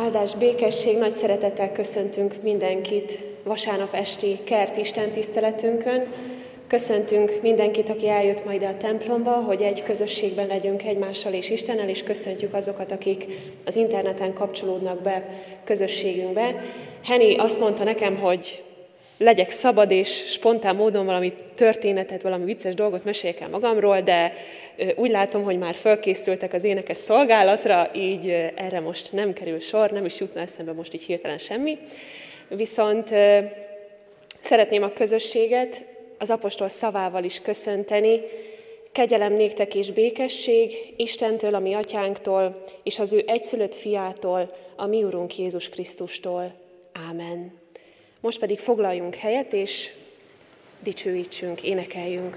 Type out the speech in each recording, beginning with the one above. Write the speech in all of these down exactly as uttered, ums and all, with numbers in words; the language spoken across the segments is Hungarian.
Áldás, békesség, nagy szeretettel köszöntünk mindenkit vasárnap esti kert istentiszteletünkön. Köszöntünk mindenkit, aki eljött majd a templomba, hogy egy közösségben legyünk egymással és Istennel, és köszöntjük azokat, akik az interneten kapcsolódnak be közösségünkbe. Henny azt mondta nekem, hogy legyek szabad és spontán módon valami történetet, valami vicces dolgot meséljek el magamról, de úgy látom, hogy már felkészültek az énekes szolgálatra, így erre most nem kerül sor, nem is jutna eszembe most így hirtelen semmi. Viszont szeretném a közösséget az apostol szavával is köszönteni. Kegyelem néktek és békesség Istentől, a mi atyánktól, és az ő egyszülött fiától, a mi Urunk Jézus Krisztustól. Ámen. Most pedig foglaljunk helyet, és dicsőítsünk, énekeljünk.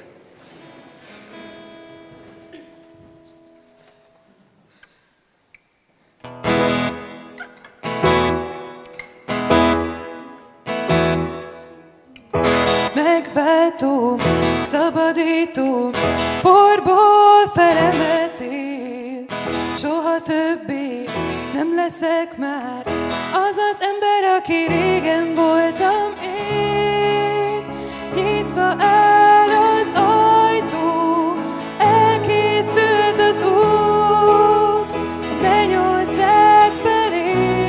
Megváltó, szabadító, porból felemeltél, soha többé nem leszek már az az ember, aki régen voltam én. Nyitva áll az ajtó, elkészült az út a mennyország felé.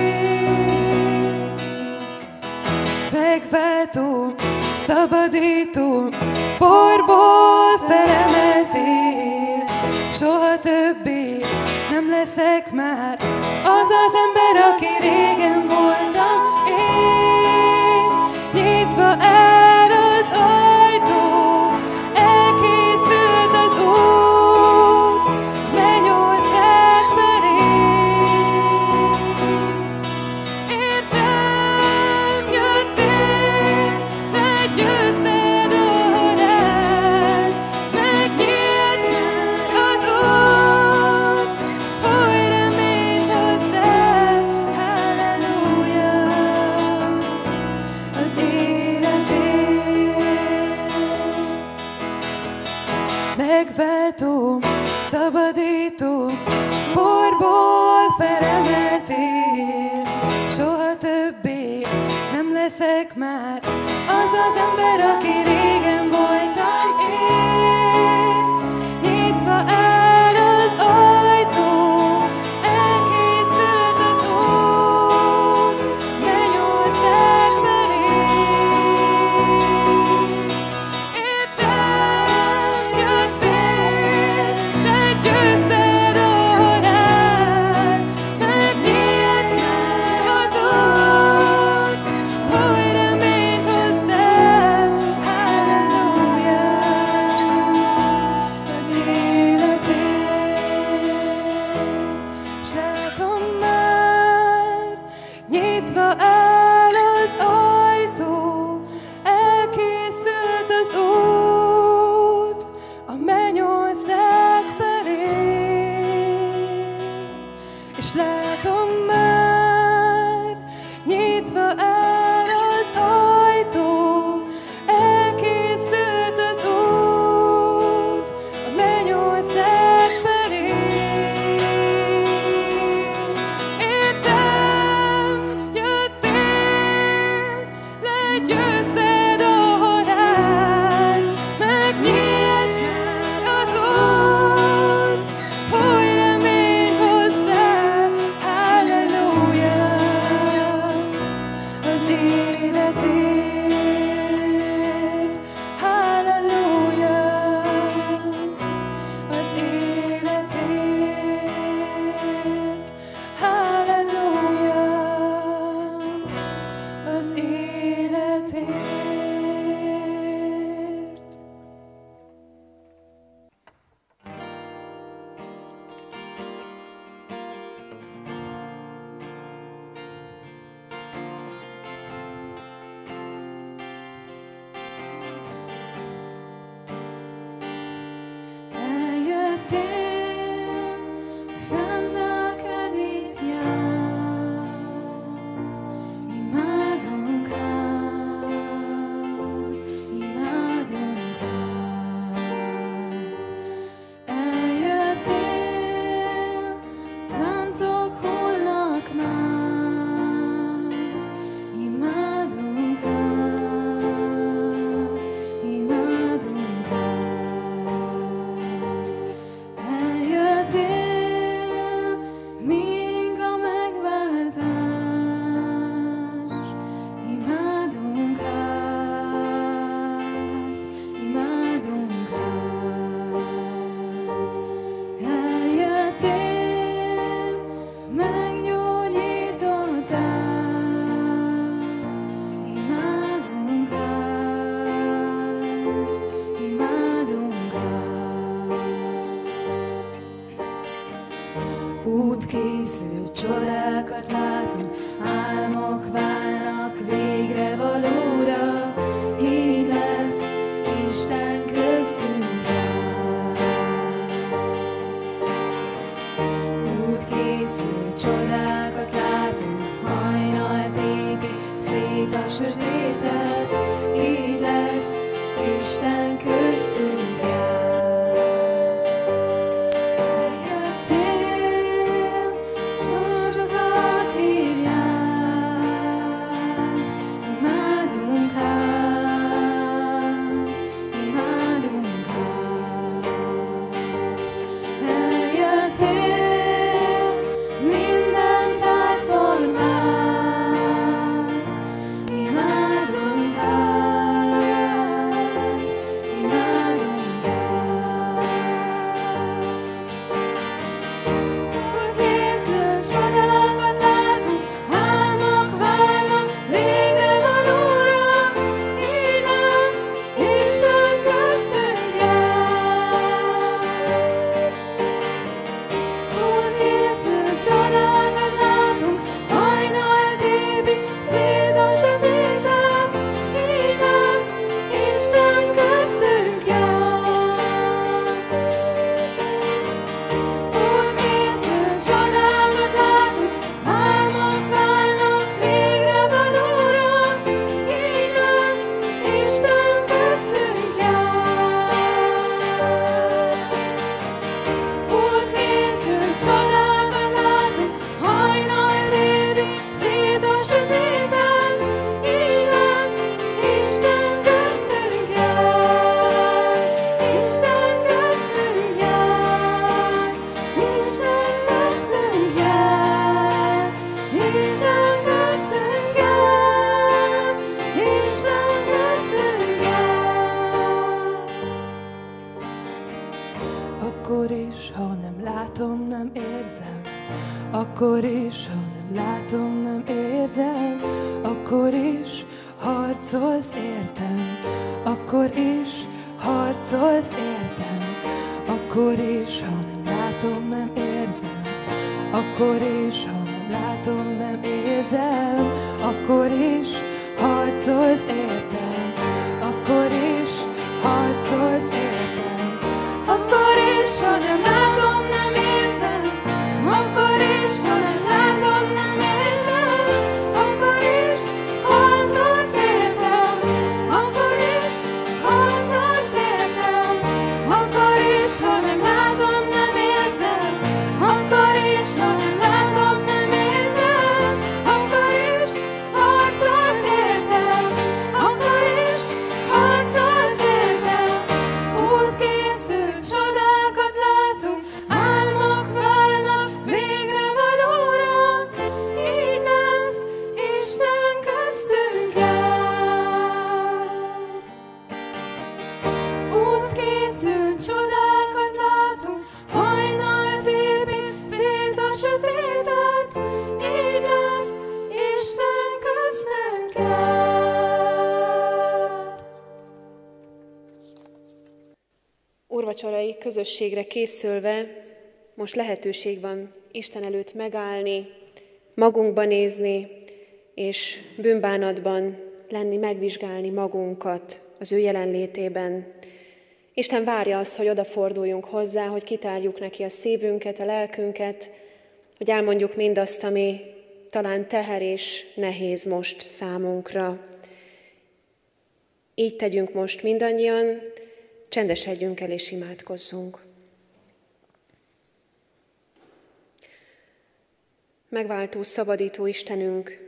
Megváltó, szabadító, porból felemeltél, soha többé nem leszek már az az ember, aki régen voltam én. Nyitva áll az ajtó, elkészült az út a mennyország felé. Értem jöttél, legyőzted a halált, megnyílt már az út, hogy reményt hoztál, halleluja, az életét. Megváltó, szabadító, porból felemeltél, soha többé nem leszek már az az ember, aki régen voltam én. Nyitva áll az ajtó, elkészült az út mennyország felé. Értem jöttél, legyőzted a halált, megnyílt már az út, hogy reményt hoztál, halleluja, az életét. S látom már, nyitva áll az ajtó, elkészült az út a mennyország felé. És látom már, nyitva áll az ajtó, elkészült az út a mennyország felé. Értem jöttél, legyőzted a halált, megnyílt már az út, hogy reményt hoztál, halleluja. csodákat látunk, álmok válnak végre valóra, így lesz Isten köztünk jár. Út készül, csodákat látunk, hajnal tépi szét a sötétet, így lesz Isten köztünk jár. Akkor is, ha nem látom, nem érzem. Akkor is, ha nem látom, nem érzem. Akkor is harcolsz értem. Akkor is harcolsz értem. Akkor is, ha nem látom, nem érzem. Akkor is, ha nem látom, nem érzem. Akkor is harcolsz értem. Akkor is harcolsz értem. Akkor is, ha nem látom, nem érzem. Akkor is, ha nem látom, nem érzem. Akkor is harcolsz értem. Akkor is harcolsz értem. Akkor is, ha nem látom, nem érzem. Akkor is, ha nem látom, nem érzem. Akkor is harcolsz értem. Akkor is harcolsz értem. Út készül, csodákat látunk, álmok válnak végre valóra. Így lesz Isten köztünk jár. Út készül, csodákat látunk, hajnal tépi szét a sötétet. Így lesz Isten köztünk jár. Úrvacsorai közösségre készülve most lehetőség van Isten előtt megállni, magunkba nézni, és bűnbánatban lenni, megvizsgálni magunkat az ő jelenlétében. Isten várja azt, hogy odaforduljunk hozzá, hogy kitárjuk neki a szívünket, a lelkünket, hogy elmondjuk mindazt, ami talán teher és nehéz most számunkra. Így tegyünk most mindannyian, csendesedjünk el és imádkozzunk. Megváltó, szabadító Istenünk,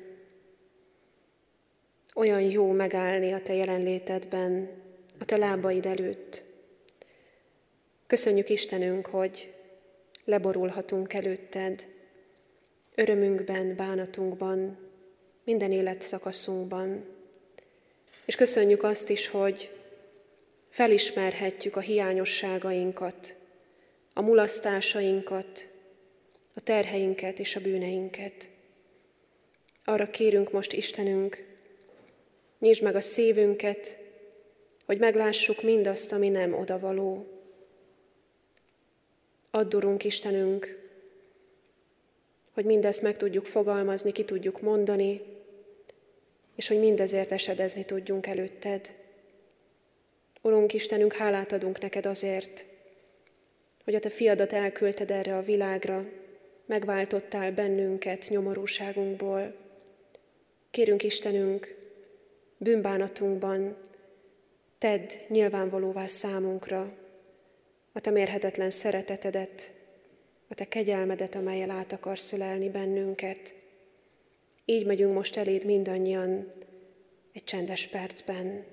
olyan jó megállni a Te jelenlétedben, a Te lábaid előtt. Köszönjük Istenünk, hogy leborulhatunk előtted, örömünkben, bánatunkban, minden életszakaszunkban. És köszönjük azt is, hogy felismerhetjük a hiányosságainkat, a mulasztásainkat, a terheinket és a bűneinket. Arra kérünk most, Istenünk, nyisd meg a szívünket, hogy meglássuk mindazt, ami nem odavaló. Add, Urunk Istenünk, hogy mindezt meg tudjuk fogalmazni, ki tudjuk mondani, és hogy mindezért esedezni tudjunk előtted. Urunk Istenünk, hálát adunk neked azért, hogy a te fiadat elküldted erre a világra, megváltottál bennünket nyomorúságunkból. Kérünk Istenünk, bűnbánatunkban tedd nyilvánvalóvá számunkra a te mérhetetlen szeretetedet, a te kegyelmedet, amellyel át akarsz ölelni bennünket. Így megyünk most eléd mindannyian egy csendes percben.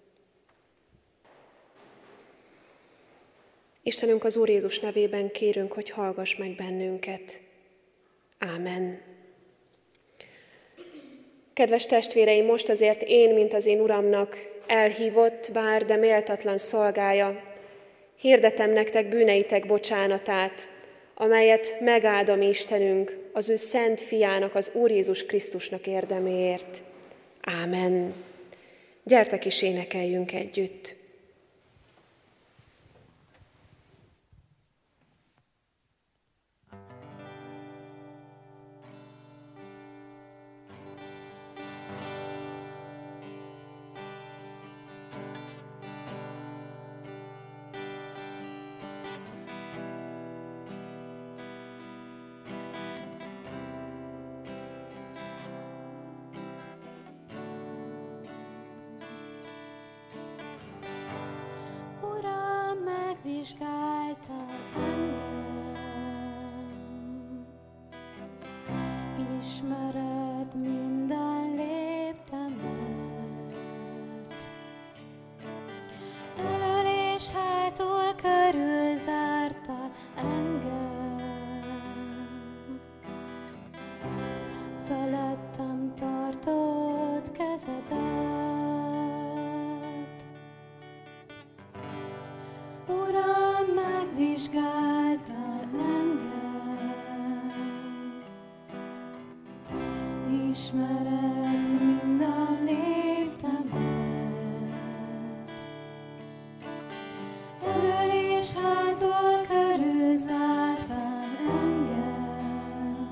Istenünk, az Úr Jézus nevében kérünk, hogy hallgass meg bennünket. Ámen. Kedves testvéreim, most azért én, mint az én Uramnak elhívott, bár de méltatlan szolgája, hirdetem nektek bűneitek bocsánatát, amelyet megáld Istenünk az ő szent fiának, az Úr Jézus Krisztusnak érdeméért. Ámen. Gyertek is énekeljünk együtt. Vizsgáltad engem, ismered minden léptemet, elől és hátul körülzártál engem, felettem tartod kezedet. Uram, megvizsgáltál engem, ismered minden léptemet, elől és hátul körülzártál engem,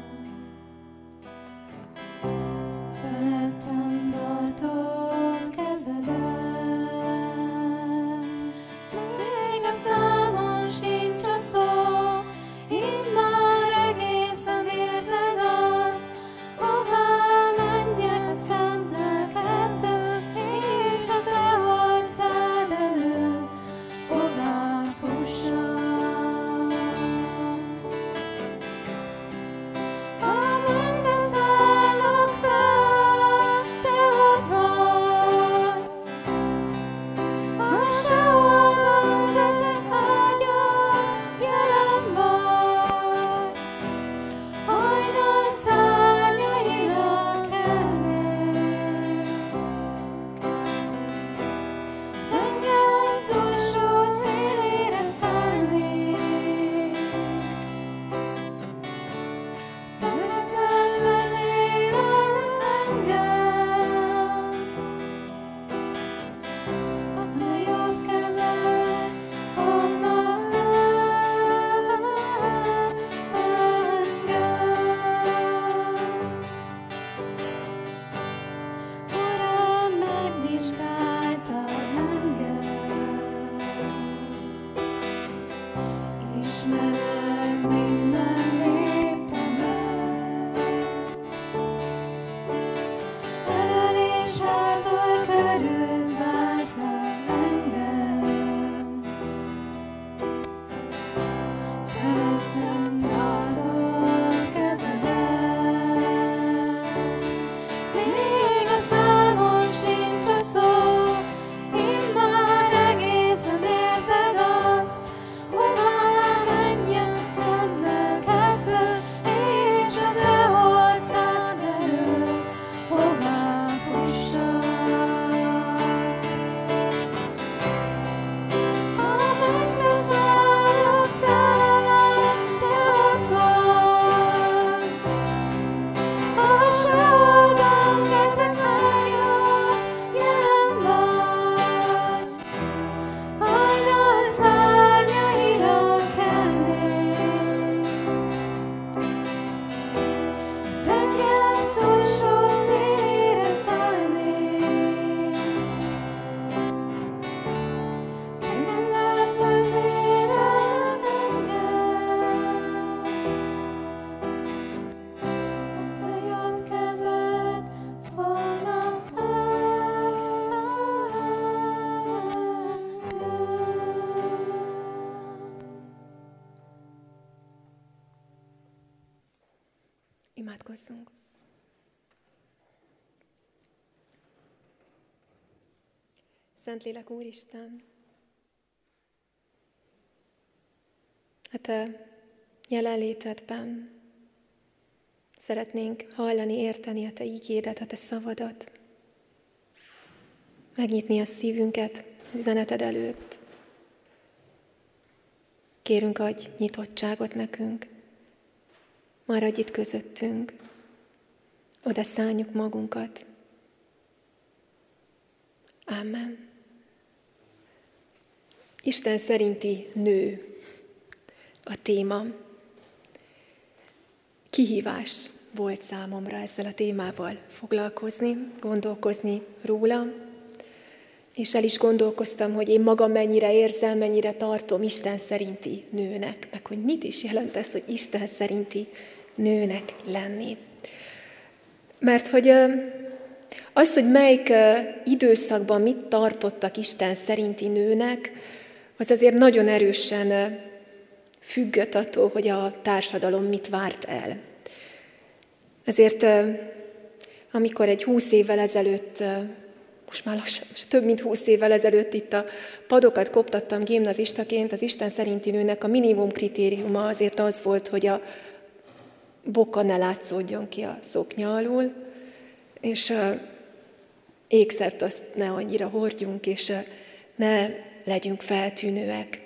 felettem tartod kezedet. Számon sincs a szó, immár egészen érted azt, hová menjek szent lelk Imádkozzunk. Szentlélek Úristen, a Te jelenlétedben szeretnénk hallani, érteni a Te ígédet, a Te szavadat, megnyitni a szívünket üzeneted előtt. Kérünk, adj nyitottságot nekünk, maradj itt közöttünk, oda szálljuk magunkat. Ámen. Isten szerinti nő a téma. Kihívás volt számomra ezzel a témával foglalkozni, gondolkozni róla, és el is gondolkoztam, hogy én magam mennyire érzem, mennyire tartom Isten szerinti nőnek, meg hogy mit is jelent ez, hogy Isten szerinti nőnek lenni. Mert hogy az, hogy melyik időszakban mit tartottak Isten szerinti nőnek, az azért nagyon erősen függött attól, hogy a társadalom mit várt el. Ezért, amikor egy húsz évvel ezelőtt, most már lassan, több mint húsz évvel ezelőtt itt a padokat koptattam gimnazistaként, az Isten szerinti nőnek a minimum kritériuma azért az volt, hogy a boka ne látszódjon ki a szoknya alól, és ékszert azt ne annyira hordjunk, és ne legyünk feltűnőek.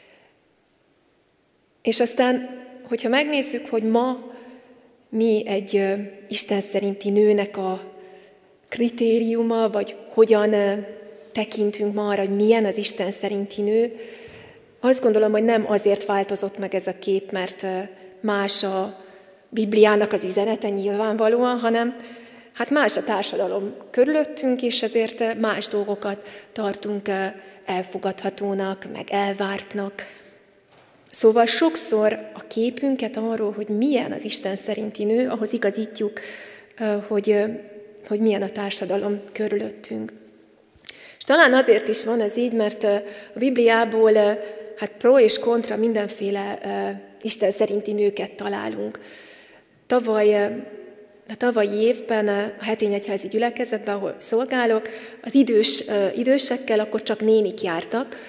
És aztán, hogyha megnézzük, hogy ma mi egy Isten szerinti nőnek a kritériuma, vagy hogyan tekintünk ma arra, hogy milyen az Isten szerinti nő, azt gondolom, hogy nem azért változott meg ez a kép, mert más a Bibliának az üzenete nyilvánvalóan, hanem hát más a társadalom körülöttünk, és ezért más dolgokat tartunk elfogadhatónak, meg elvártnak. Szóval sokszor a képünket arról, hogy milyen az Isten szerinti nő, ahhoz igazítjuk, hogy, hogy milyen a társadalom körülöttünk. És talán azért is van ez így, mert a Bibliából hát pro és kontra mindenféle Isten szerinti nőket találunk. Tavaly, a tavalyi évben a Hetény Egyházi Gyülekezetben, ahol szolgálok, az idős, idősekkel akkor csak nénik jártak.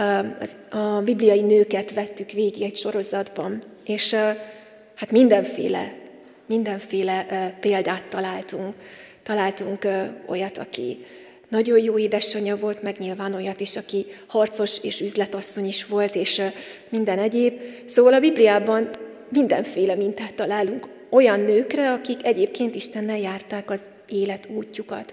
A bibliai nőket vettük végig egy sorozatban, és hát mindenféle, mindenféle példát találtunk. Találtunk olyat, aki nagyon jó édesanyja volt, meg nyilván olyat is, aki harcos és üzletasszony is volt, és minden egyéb. Szóval a Bibliában mindenféle mintát találunk olyan nőkre, akik egyébként Istennel járták az élet útjukat.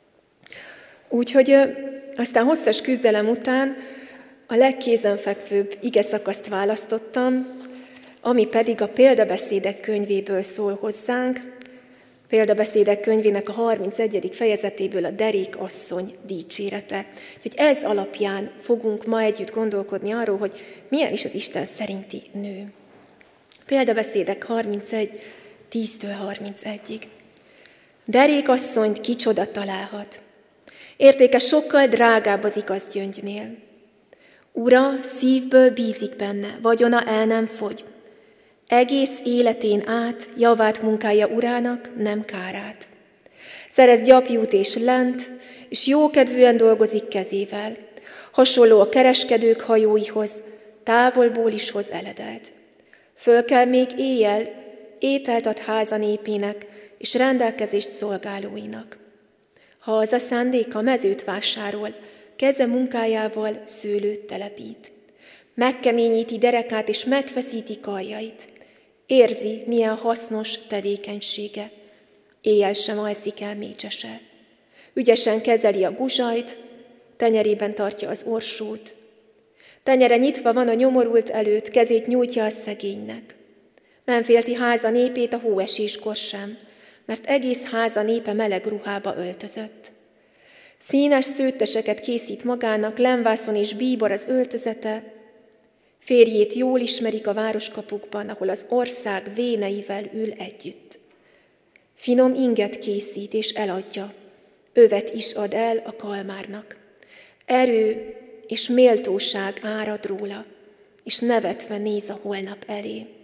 Úgyhogy aztán hosszas küzdelem után a legkézenfekvőbb igeszakaszt választottam, ami pedig a Példabeszédek könyvéből szól hozzánk. A Példabeszédek könyvének a harmincegyedik fejezetéből a derék asszony dicsérete. Úgyhogy ez alapján fogunk ma együtt gondolkodni arról, hogy milyen is az Isten szerinti nő. Példabeszédek harmincegy, tíztől harmincegyig. Derék asszonyt kicsoda találhat. Értéke sokkal drágább az igaz gyöngynél. Ura szívből bízik benne, vagyona el nem fogy. Egész életén át javát munkálja urának, nem kárát. Szerez gyapjút és lent, és jókedvűen dolgozik kezével. Hasonló a kereskedők hajóihoz, távolból is hoz eledelt. Föl kell még éjjel, ételt ad háza népének, és rendelkezést szolgálóinak. Ha az a szándéka, mezőt vásárol, keze munkájával szőlőt telepít. Megkeményíti derekát és megfeszíti karjait. Érzi, milyen hasznos tevékenysége. Éjjel sem alszik el mécsese. Ügyesen kezeli a guzsajt, tenyerében tartja az orsót. Tenyere nyitva van a nyomorult előtt, kezét nyújtja a szegénynek. Nem félti háza népét a hóeséskor sem, mert egész háza népe meleg ruhába öltözött. Színes szőtteseket készít magának, lemvászon és bíbor az öltözete. Férjét jól ismerik a városkapukban, ahol az ország véneivel ül együtt. Finom inget készít és eladja, övet is ad el a kalmárnak. Erő és méltóság árad róla, és nevetve néz a holnap elé.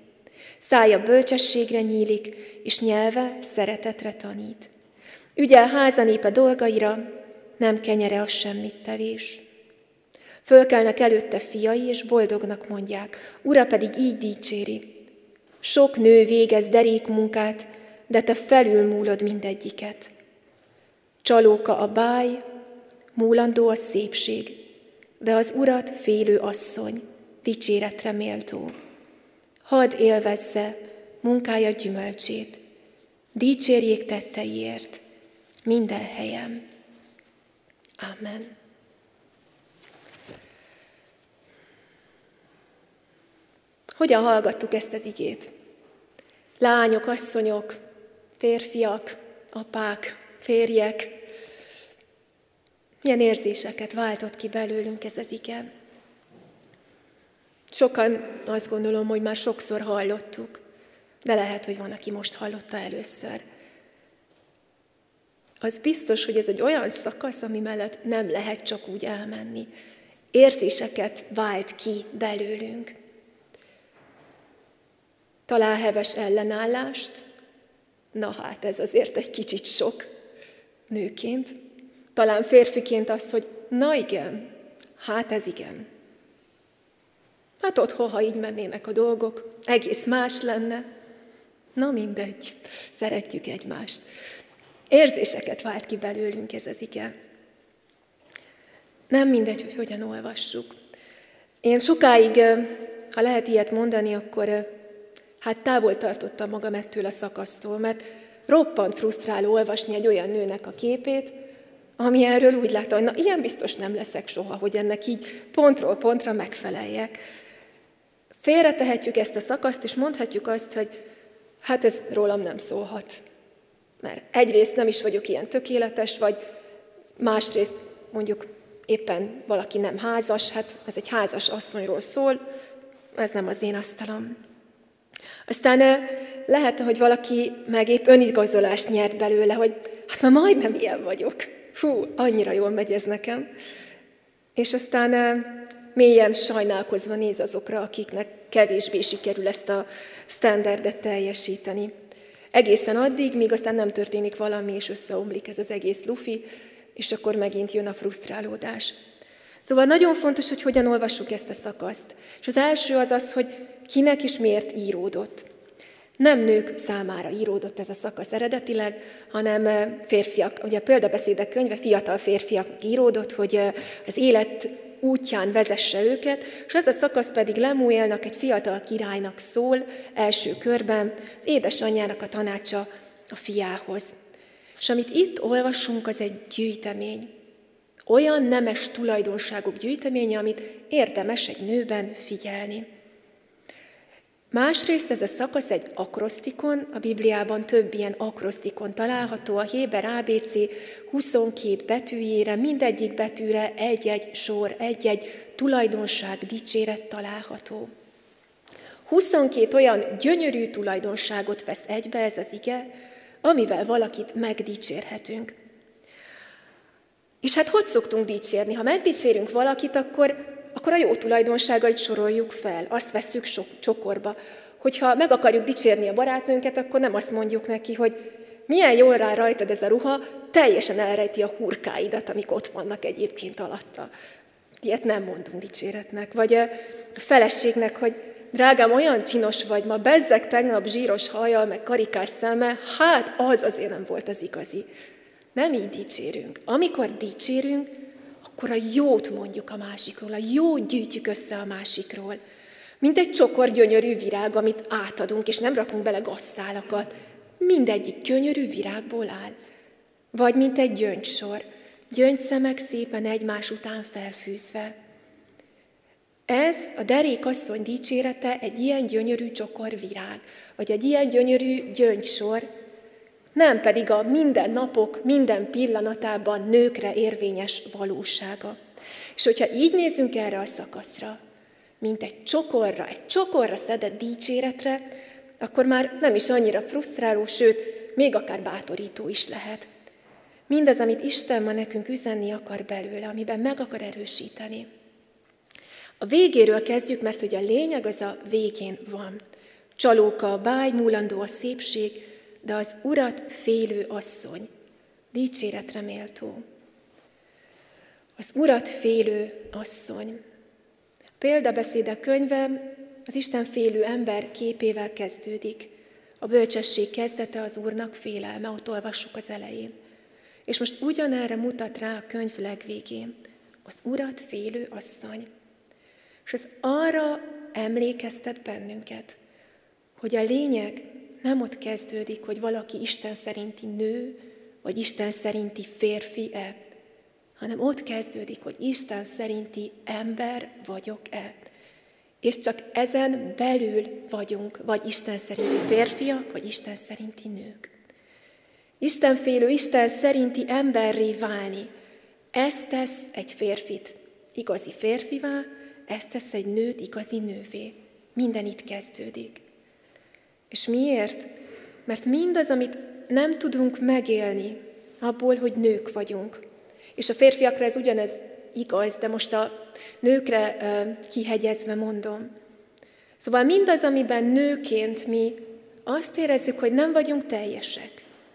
Szája bölcsességre nyílik, és nyelve szeretetre tanít. Ügyel házanépe dolgaira, nem kenyere a semmit tevés. Fölkelnek előtte fiai, és boldognak mondják, ura pedig így dicséri. Sok nő végez derék munkát, de te felülmúlod mindegyiket. Csalóka a báj, múlandó a szépség, de az urat félő asszony, dicséretre méltó. Hadd élvezze munkája gyümölcsét, dicsérjék tetteiért minden helyen. Amen. Hogyan hallgattuk ezt az igét? Lányok, asszonyok, férfiak, apák, férjek. Milyen érzéseket váltott ki belőlünk ez az ige? Sokan azt gondolom, hogy már sokszor hallottuk, de lehet, hogy van, aki most hallotta először. Az biztos, hogy ez egy olyan szakasz, ami mellett nem lehet csak úgy elmenni. Érzéseket vált ki belőlünk. Talán heves ellenállást, na hát ez azért egy kicsit sok nőként. Talán férfiként azt, hogy na igen, hát ez igen. Hát otthon, ha így mennének a dolgok, egész más lenne. Na mindegy, szeretjük egymást. Érzéseket vált ki belőlünk ez az ige. Nem mindegy, hogy hogyan olvassuk. Én sokáig, ha lehet ilyet mondani, akkor hát távol tartottam magam ettől a szakasztól, mert roppant frusztráló olvasni egy olyan nőnek a képét, ami erről úgy látta, hogy na ilyen biztos nem leszek soha, hogy ennek így pontról pontra megfeleljek. Félretehetjük ezt a szakaszt, és mondhatjuk azt, hogy hát ez rólam nem szólhat. Mert egyrészt nem is vagyok ilyen tökéletes, vagy másrészt mondjuk éppen valaki nem házas, hát ez egy házas asszonyról szól, ez nem az én asztalom. Aztán lehet, hogy valaki meg épp önigazolást nyert belőle, hogy hát már majdnem ilyen vagyok. Fú, annyira jól megy ez nekem. És aztán mélyen sajnálkozva néz azokra, akiknek kevésbé sikerül ezt a sztenderdet teljesíteni. Egészen addig, míg aztán nem történik valami, és összeomlik ez az egész lufi, és akkor megint jön a frusztrálódás. Szóval nagyon fontos, hogy hogyan olvassuk ezt a szakaszt. És az első az az, hogy kinek és miért íródott. Nem nők számára íródott ez a szakasz eredetileg, hanem férfiak. Ugye a példabeszédek könyve fiatal férfiak íródott, hogy az élet útján vezesse őket, és ez a szakasz pedig Lemuélnak, egy fiatal királynak szól első körben, az édesanyjának a tanácsa a fiához. És amit itt olvasunk, az egy gyűjtemény. Olyan nemes tulajdonságok gyűjteménye, amit érdemes egy nőben figyelni. Másrészt ez a szakasz egy akrosztikon, a Bibliában több ilyen akrosztikon található, a héber á bé cé huszonkét betűjére, mindegyik betűre egy-egy sor, egy-egy tulajdonság, dicséret található. huszonkét olyan gyönyörű tulajdonságot vesz egybe ez az ige, amivel valakit megdicsérhetünk. És hát hogy szoktunk dicsérni? Ha megdicsérünk valakit, akkor, akkor a jó tulajdonságait soroljuk fel, azt vesszük sok csokorba. Hogyha meg akarjuk dicsérni a barátnőnket, akkor nem azt mondjuk neki, hogy milyen jól rá rajtad ez a ruha, teljesen elrejti a hurkáidat, amik ott vannak egyébként alatta. Ilyet nem mondunk dicséretnek. Vagy a feleségnek, hogy drágám, olyan csinos vagy ma, bezzeg tegnap zsíros hajjal, meg karikás szemmel, hát az azért nem volt az igazi. Nem így dicsérünk. Amikor dicsérünk, akkor a jót mondjuk a másikról, a jót gyűjtjük össze a másikról. Mint egy csokor gyönyörű virág, amit átadunk, és nem rakunk bele gazszálakat. Mindegyik gyönyörű virágból áll. Vagy mint egy gyöngysor, gyöngyszemek szépen egymás után felfűzve. Ez a derékasszony dicsérete egy ilyen gyönyörű csokor virág, vagy egy ilyen gyönyörű gyöngysor, nem pedig a minden napok, minden pillanatában nőkre érvényes valósága. És hogyha így nézünk erre a szakaszra, mint egy csokorra, egy csokorra szedett dicséretre, akkor már nem is annyira frusztráló, sőt, még akár bátorító is lehet. Mindaz, amit Isten ma nekünk üzenni akar belőle, amiben meg akar erősíteni. A végéről kezdjük, mert ugye a lényeg az a végén van. Csalóka a báj, múlandó a szépség, de az Urat félő asszony dicséretre méltó. Az Urat félő asszony. A példabeszédek könyve az Isten félő ember képével kezdődik. A bölcsesség kezdete az Úrnak félelme, ott olvassuk az elején. És most ugyanerre mutat rá a könyv legvégén. Az Urat félő asszony. És ez arra emlékeztet bennünket, hogy a lényeg nem ott kezdődik, hogy valaki Isten szerinti nő, vagy Isten szerinti férfi-e, hanem ott kezdődik, hogy Isten szerinti ember vagyok-e. És csak ezen belül vagyunk, vagy Isten szerinti férfiak, vagy Isten szerinti nők. Istenfélő, Isten szerinti emberré válni, ez tesz egy férfit igazi férfivá, ez tesz egy nőt igazi nővé. Minden itt kezdődik. És miért? Mert mindaz, amit nem tudunk megélni, abból, hogy nők vagyunk. És a férfiakra ez ugyanez igaz, de most a nőkre uh, kihegyezve mondom. Szóval mindaz, amiben nőként mi azt érezzük, hogy nem vagyunk teljesek.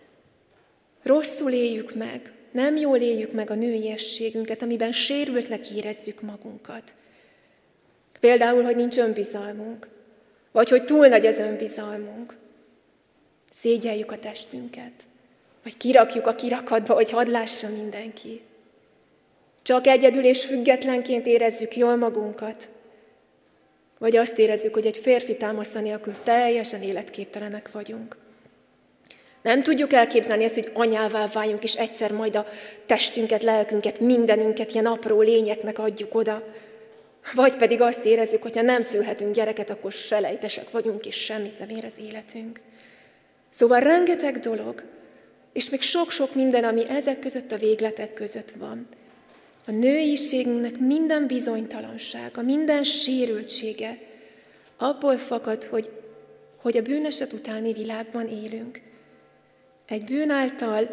Rosszul éljük meg, nem jól éljük meg a nőiességünket, amiben sérültnek érezzük magunkat. Például, hogy nincs önbizalmunk, vagy hogy túl nagy az önbizalmunk. Szégyeljük a testünket, vagy kirakjuk a kirakatba, hogy hadd lássa mindenki. Csak egyedül és függetlenként érezzük jól magunkat, vagy azt érezzük, hogy egy férfi támasza nélkül teljesen életképtelenek vagyunk. Nem tudjuk elképzelni ezt, hogy anyává váljunk, és egyszer majd a testünket, lelkünket, mindenünket ilyen apró lényeknek adjuk oda. Vagy pedig azt érezzük, hogy ha nem szülhetünk gyereket, akkor selejtesek vagyunk, és semmit nem ér az életünk. Szóval rengeteg dolog, és még sok-sok minden, ami ezek között a végletek között van. A nőiségünknek minden bizonytalansága, minden sérültsége abból fakad, hogy, hogy a bűneset utáni világban élünk. Egy bűn által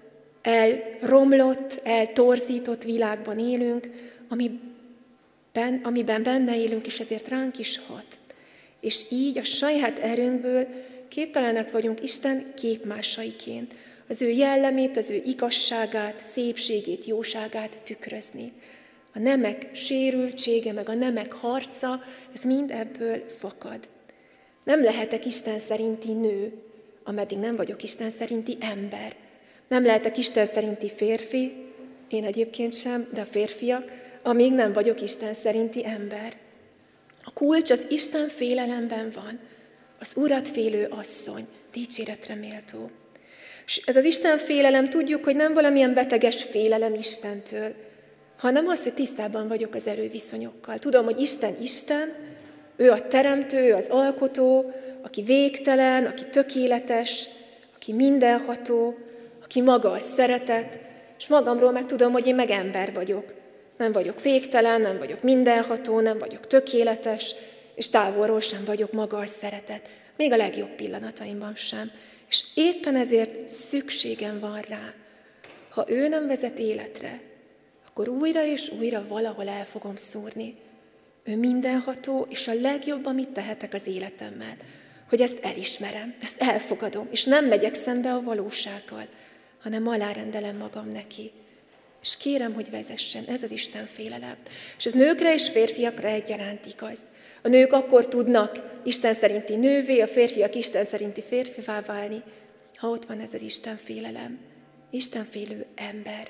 elromlott, eltorzított világban élünk, amiben, amiben benne élünk, és ezért ránk is hat. És így a saját erőnkből képtelenek vagyunk Isten képmásaiként, az ő jellemét, az ő igazságát, szépségét, jóságát tükrözni. A nemek sérültsége, meg a nemek harca, ez mind ebből fakad. Nem lehetek Isten szerinti nő, ameddig nem vagyok Isten szerinti ember. Nem lehetek Isten szerinti férfi, én egyébként sem, de a férfiak, amíg nem vagyok Isten szerinti ember. A kulcs az Isten félelemben van, az Urat félő asszony, dicséretre méltó. És ez az Isten félelem, tudjuk, hogy nem valamilyen beteges félelem Istentől, hanem az, hogy tisztában vagyok az erőviszonyokkal. Tudom, hogy Isten Isten, ő a teremtő, ő az alkotó, aki végtelen, aki tökéletes, aki mindenható, aki maga a szeretet, és magamról meg tudom, hogy én meg ember vagyok. Nem vagyok végtelen, nem vagyok mindenható, nem vagyok tökéletes, és távolról sem vagyok maga a szeretet. Még a legjobb pillanataimban sem. És éppen ezért szükségem van rá. Ha ő nem vezet életre, akkor újra és újra valahol el fogom szúrni. Ő mindenható, és a legjobb, amit tehetek az életemmel, hogy ezt elismerem, ezt elfogadom, és nem megyek szembe a valósággal, hanem alárendelem magam neki. És kérem, hogy vezessen, ez az Isten félelem. És ez nőkre és férfiakra egyaránt igaz. A nők akkor tudnak Isten szerinti nővé, a férfiak Isten szerinti férfivá válni, ha ott van ez az Isten félelem. Istenfélő ember.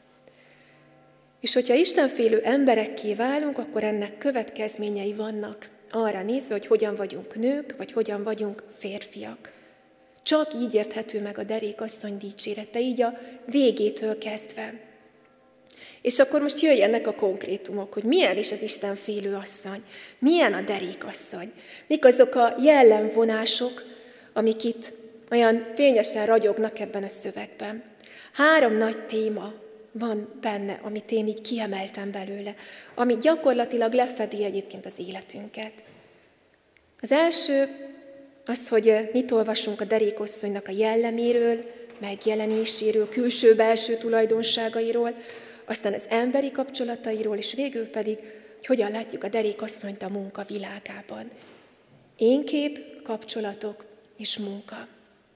És hogyha istenfélő emberekké válunk, akkor ennek következményei vannak arra nézve, hogy hogyan vagyunk nők, vagy hogyan vagyunk férfiak. Csak így érthető meg a derékasszony dicsérete, így a végétől kezdve. És akkor most jöjjenek a konkrétumok, hogy milyen is az istenfélő asszony, milyen a derékasszony, mik azok a jellemvonások, amik itt olyan fényesen ragyognak ebben a szövegben. Három nagy téma van benne, amit én így kiemeltem belőle, ami gyakorlatilag lefedi egyébként az életünket. Az első az, hogy mit olvasunk a derékasszonynak a jelleméről, megjelenéséről, külső-belső tulajdonságairól, aztán az emberi kapcsolatairól, és végül pedig, hogy hogyan látjuk a derékasszonyt a munka világában. Énkép, kapcsolatok és munka.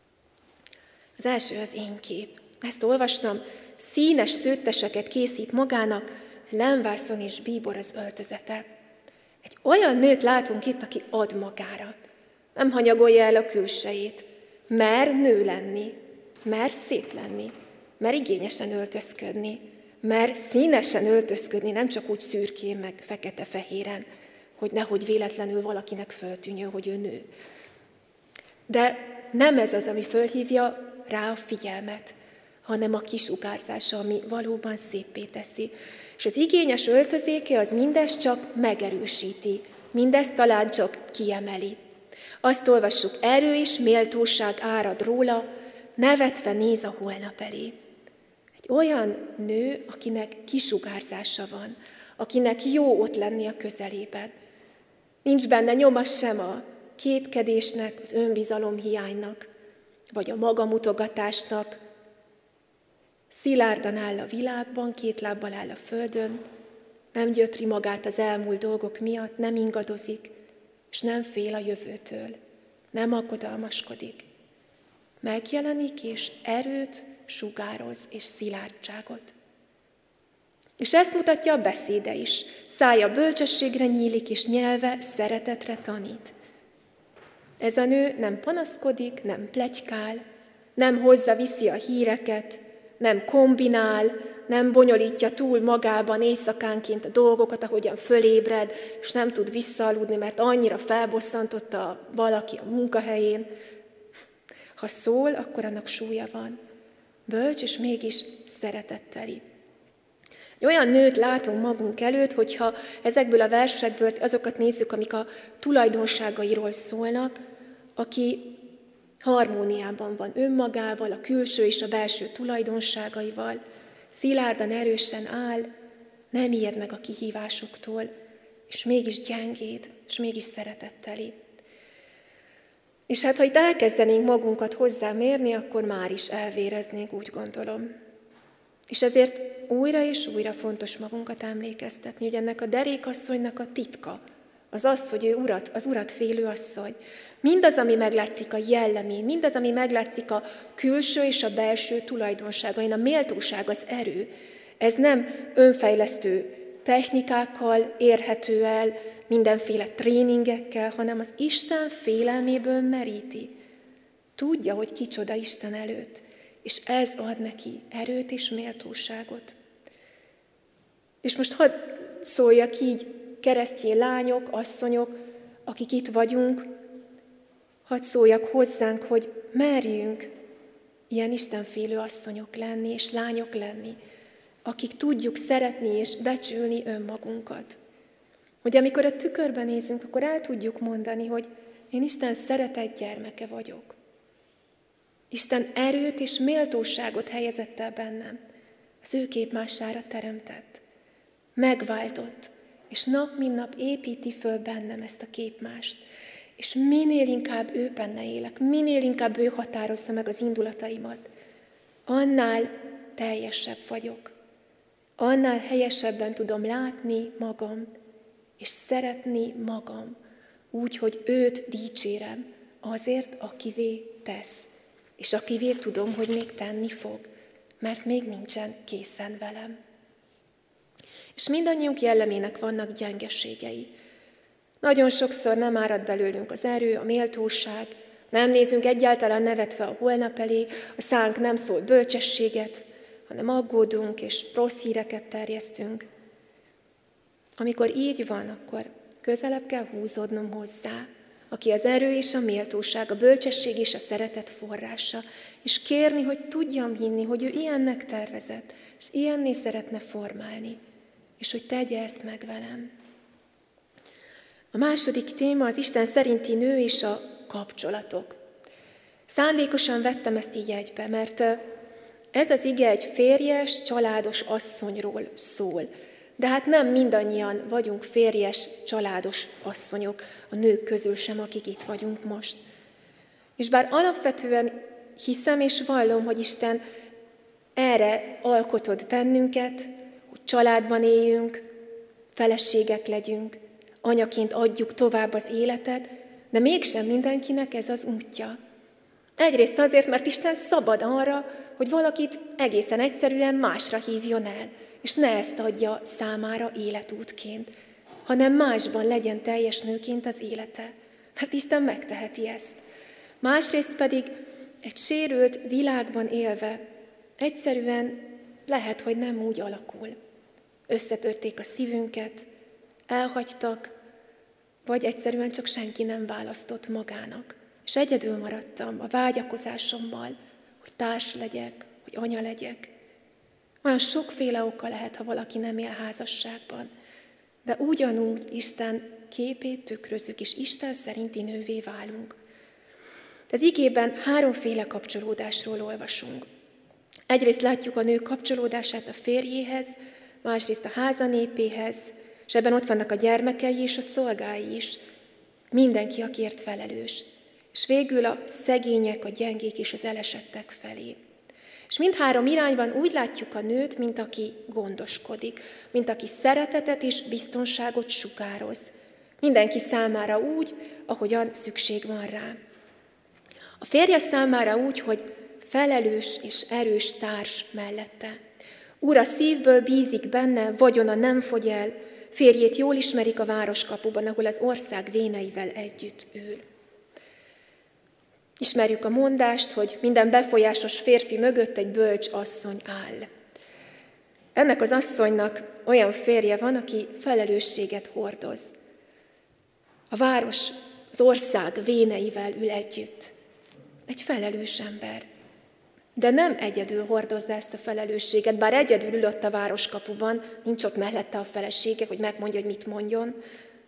Az első az énkép. Ezt olvastam, színes szőtteseket készít magának, lemvászon és bíbor az öltözete. Egy olyan nőt látunk itt, aki ad magára. Nem hanyagolja el a külsejét. Mer nő lenni, mer szép lenni, mer igényesen öltözködni, mer színesen öltözködni, nem csak úgy szürkén, meg fekete-fehéren, hogy nehogy véletlenül valakinek föltűnjön, hogy ő nő. De nem ez az, ami fölhívja rá a figyelmet, hanem a kisugárzása, ami valóban széppé teszi. És az igényes öltözéke az mindezt csak megerősíti, mindezt talán csak kiemeli. Azt olvassuk, erő és méltóság árad róla, nevetve néz a holnap elé. Egy olyan nő, akinek kisugárzása van, akinek jó ott lenni a közelében. Nincs benne nyoma sem a kétkedésnek, az önbizalomhiánynak, vagy a magamutogatásnak. Szilárdan áll a világban, két lábbal áll a földön, nem gyötri magát az elmúlt dolgok miatt, nem ingadozik, és nem fél a jövőtől, nem aggodalmaskodik. Megjelenik, és erőt sugároz, és szilárdságot. És ezt mutatja a beszéde is. Szája bölcsességre nyílik, és nyelve szeretetre tanít. Ez a nő nem panaszkodik, nem pletykál, nem hozza viszi a híreket, nem kombinál, nem bonyolítja túl magában éjszakánként a dolgokat, ahogyan fölébred, és nem tud visszaaludni, mert annyira felbosszantotta valaki a munkahelyén. Ha szól, akkor annak súlya van. Bölcs, és mégis szeretetteli. Egy olyan nőt látunk magunk előtt, hogyha ezekből a versekből azokat nézzük, amik a tulajdonságairól szólnak, aki harmóniában van önmagával, a külső és a belső tulajdonságaival, szilárdan, erősen áll, nem ijed meg a kihívásoktól, és mégis gyengéd, és mégis szeretetteli. És hát, ha itt elkezdenénk magunkat hozzá mérni, akkor már is elvéreznénk, úgy gondolom. És ezért újra és újra fontos magunkat emlékeztetni, hogy ennek a derékasszonynak a titka az az, hogy ő urat, az urat félő asszony. Mindaz, ami meglátszik a jellemén, mindaz, ami meglátszik a külső és a belső tulajdonságain, a méltóság, az erő, ez nem önfejlesztő technikákkal érhető el, mindenféle tréningekkel, hanem az Isten félelméből meríti. Tudja, hogy kicsoda Isten előtt, és ez ad neki erőt és méltóságot. És most hadd szóljak így, keresztény lányok, asszonyok, akik itt vagyunk, hadd szóljak hozzánk, hogy merjünk ilyen istenfélő asszonyok lenni és lányok lenni, akik tudjuk szeretni és becsülni önmagunkat. Hogy amikor a tükörben nézünk, akkor el tudjuk mondani, hogy én Isten szeretett gyermeke vagyok. Isten erőt és méltóságot helyezett el bennem. Az ő képmására teremtett. Megváltott, és nap mint nap építi föl bennem ezt a képmást. És minél inkább ő benne élek, minél inkább ő határozza meg az indulataimat, annál teljesebb vagyok. Annál helyesebben tudom látni magam, és szeretni magam, úgy, hogy őt dicsérem azért, akivé tesz. És akivé tudom, hogy még tenni fog, mert még nincsen készen velem. És mindannyiunk jellemének vannak gyengeségei. Nagyon sokszor nem árad belőlünk az erő, a méltóság, nem nézünk egyáltalán nevetve a holnap elé, a szánk nem szól bölcsességet, hanem aggódunk és rossz híreket terjesztünk. Amikor így van, akkor közelebb kell húzódnom hozzá, aki az erő és a méltóság, a bölcsesség és a szeretet forrása, és kérni, hogy tudjam hinni, hogy ő ilyennek tervezett, és ilyenné szeretne formálni, és hogy tegye ezt meg velem. A második téma az Isten szerinti nő és a kapcsolatok. Szándékosan vettem ezt így egybe, mert ez az ige egy férjes, családos asszonyról szól. De hát nem mindannyian vagyunk férjes, családos asszonyok, a nők közül sem, akik itt vagyunk most. És bár alapvetően hiszem és vallom, hogy Isten erre alkotott bennünket, hogy családban éljünk, feleségek legyünk, anyaként adjuk tovább az életet, de mégsem mindenkinek ez az útja. Egyrészt azért, mert Isten szabad arra, hogy valakit egészen egyszerűen másra hívjon el, és ne ezt adja számára életútként, hanem másban legyen teljes nőként az élete. Mert Isten megteheti ezt. Másrészt pedig egy sérült világban élve egyszerűen lehet, hogy nem úgy alakul. Összetörték a szívünket, elhagytak, vagy egyszerűen csak senki nem választott magának. És egyedül maradtam a vágyakozásommal, hogy társ legyek, hogy anya legyek. Olyan sokféle oka lehet, ha valaki nem él házasságban. De ugyanúgy Isten képét tükrözzük, és Isten szerinti nővé válunk. Az igében háromféle kapcsolódásról olvasunk. Egyrészt látjuk a nő kapcsolódását a férjéhez, másrészt a háza népéhez, és ebben ott vannak a gyermekei és a szolgái is. Mindenki, akiért felelős. És végül a szegények, a gyengék és az elesettek felé. És mindhárom irányban úgy látjuk a nőt, mint aki gondoskodik, mint aki szeretetet és biztonságot sugároz. Mindenki számára úgy, ahogyan szükség van rá. A férje számára úgy, hogy felelős és erős társ mellette. Ura szívből bízik benne, vagyona nem fogy el, férjét jól ismerik a városkapuban, ahol az ország véneivel együtt ül. Ismerjük a mondást, hogy minden befolyásos férfi mögött egy bölcs asszony áll. Ennek az asszonynak olyan férje van, aki felelősséget hordoz. A város, az ország véneivel ül együtt. Egy felelős ember. De nem egyedül hordozza ezt a felelősséget, bár egyedül ül ott a városkapuban, nincs ott mellette a felesége, hogy megmondja, hogy mit mondjon,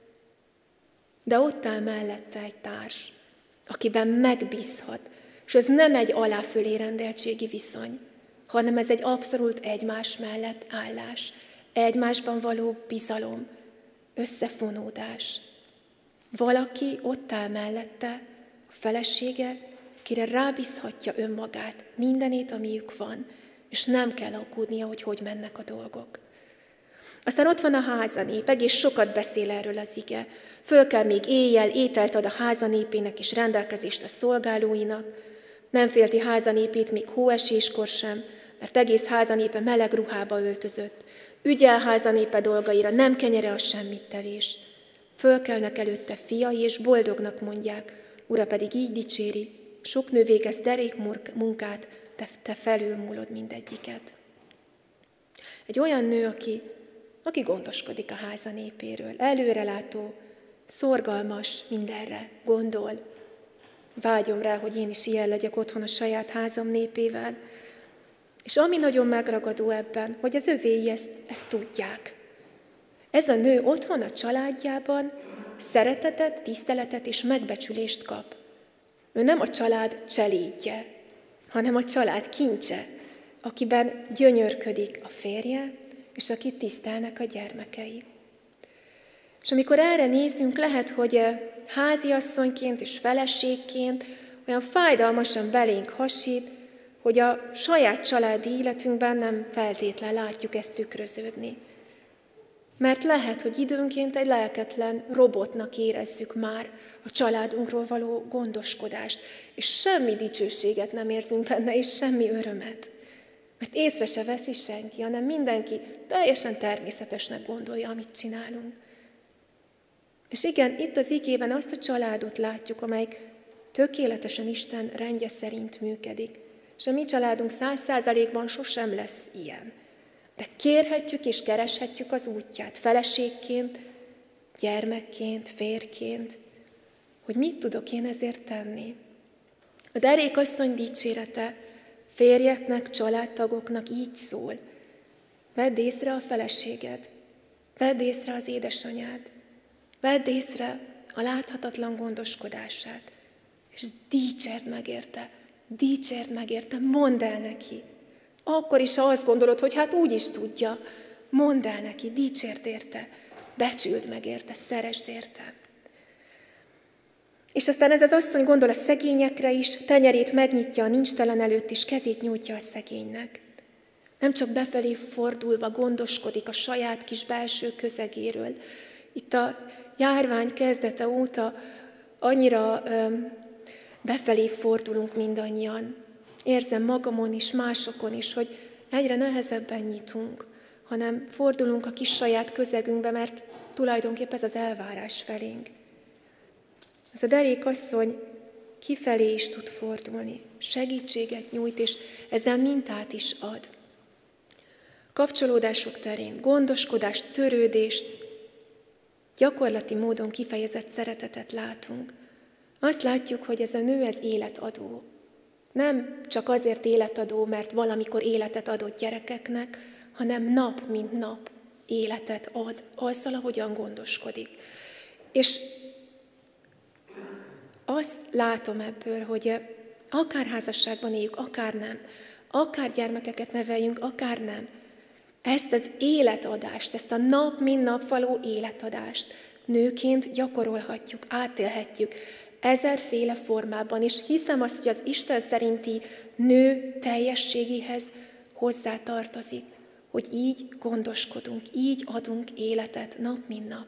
de ott áll mellette egy társ, akiben megbízhat, és ez nem egy alá-fölé rendeltségi viszony, hanem ez egy abszolút egymás mellett állás, egymásban való bizalom, összefonódás. Valaki ott áll mellette, a felesége, akire rábízhatja önmagát, mindenét, amiük van, és nem kell aggódnia, hogy hogy mennek a dolgok. Aztán ott van a házanép, egész sokat beszél erről az ige. Föl kell még éjjel, ételt ad a házanépének és rendelkezést a szolgálóinak. Nem félti házanépét még hóeséskor sem, mert egész házanépe meleg ruhába öltözött. Ügyel házanépe dolgaira, nem kenyere a semmittevés. Fölkelnek előtte fiai, és boldognak mondják, ura pedig így dicséri, sok nő végez derék munkát, de te felülmúlod mindegyiket. Egy olyan nő, aki, aki gondoskodik a háza népéről, előrelátó, szorgalmas mindenre, gondol. Vágyom rá, hogy én is ilyen legyek otthon a saját házam népével. És ami nagyon megragadó ebben, hogy az övéi ezt, ezt tudják. Ez a nő otthon a családjában szeretetet, tiszteletet és megbecsülést kap. Ő nem a család cselédje, hanem a család kincse, akiben gyönyörködik a férje, és akit tisztelnek a gyermekei. És amikor erre nézünk, lehet, hogy háziasszonyként és feleségként olyan fájdalmasan belénk hasít, hogy a saját családi életünkben nem feltétlen látjuk ezt tükröződni. Mert lehet, hogy időnként egy lelketlen robotnak érezzük már a családunkról való gondoskodást, és semmi dicsőséget nem érzünk benne, és semmi örömet. Mert észre se veszi senki, hanem mindenki teljesen természetesnek gondolja, amit csinálunk. És igen, itt az igében azt a családot látjuk, amelyik tökéletesen Isten rendje szerint működik. És a mi családunk száz százalékban sosem lesz ilyen. De kérhetjük és kereshetjük az útját feleségként, gyermekként, férjként, hogy mit tudok én ezért tenni. A derékasszony dicsérete férjeknek, családtagoknak így szól. Vedd észre a feleséged, vedd észre az édesanyád, vedd észre a láthatatlan gondoskodását, és dicsérd meg érte, dicsérd meg érte, mondd el neki. Akkor is, ha azt gondolod, hogy hát úgy is tudja, mondd el neki, dicsérd érte, becsüld meg érte, szeresd érte. És aztán ez az asszony gondol a szegényekre is, tenyerét megnyitja a nincstelen előtt, és kezét nyújtja a szegénynek. Nem csak befelé fordulva gondoskodik a saját kis belső közegéről. Itt a járvány kezdete óta annyira öm, befelé fordulunk mindannyian. Érzem magamon is, másokon is, hogy egyre nehezebben nyitunk, hanem fordulunk a kis saját közegünkbe, mert tulajdonképpen ez az elvárás felénk. Ez a derék asszony kifelé is tud fordulni, segítséget nyújt, és ezzel mintát is ad. Kapcsolódások terén gondoskodást, törődést, gyakorlati módon kifejezett szeretetet látunk. Azt látjuk, hogy ez a nő, ez életadó. Nem csak azért életadó, mert valamikor életet adott gyerekeknek, hanem nap mint nap életet ad azzal, ahogyan gondoskodik. És azt látom ebből, hogy akár házasságban éljük, akár nem, akár gyermekeket neveljünk, akár nem, ezt az életadást, ezt a nap mint nap való életadást nőként gyakorolhatjuk, átélhetjük ezerféle formában, és hiszem azt, hogy az Isten szerinti nő teljességéhez hozzátartozik, hogy így gondoskodunk, így adunk életet nap mint nap.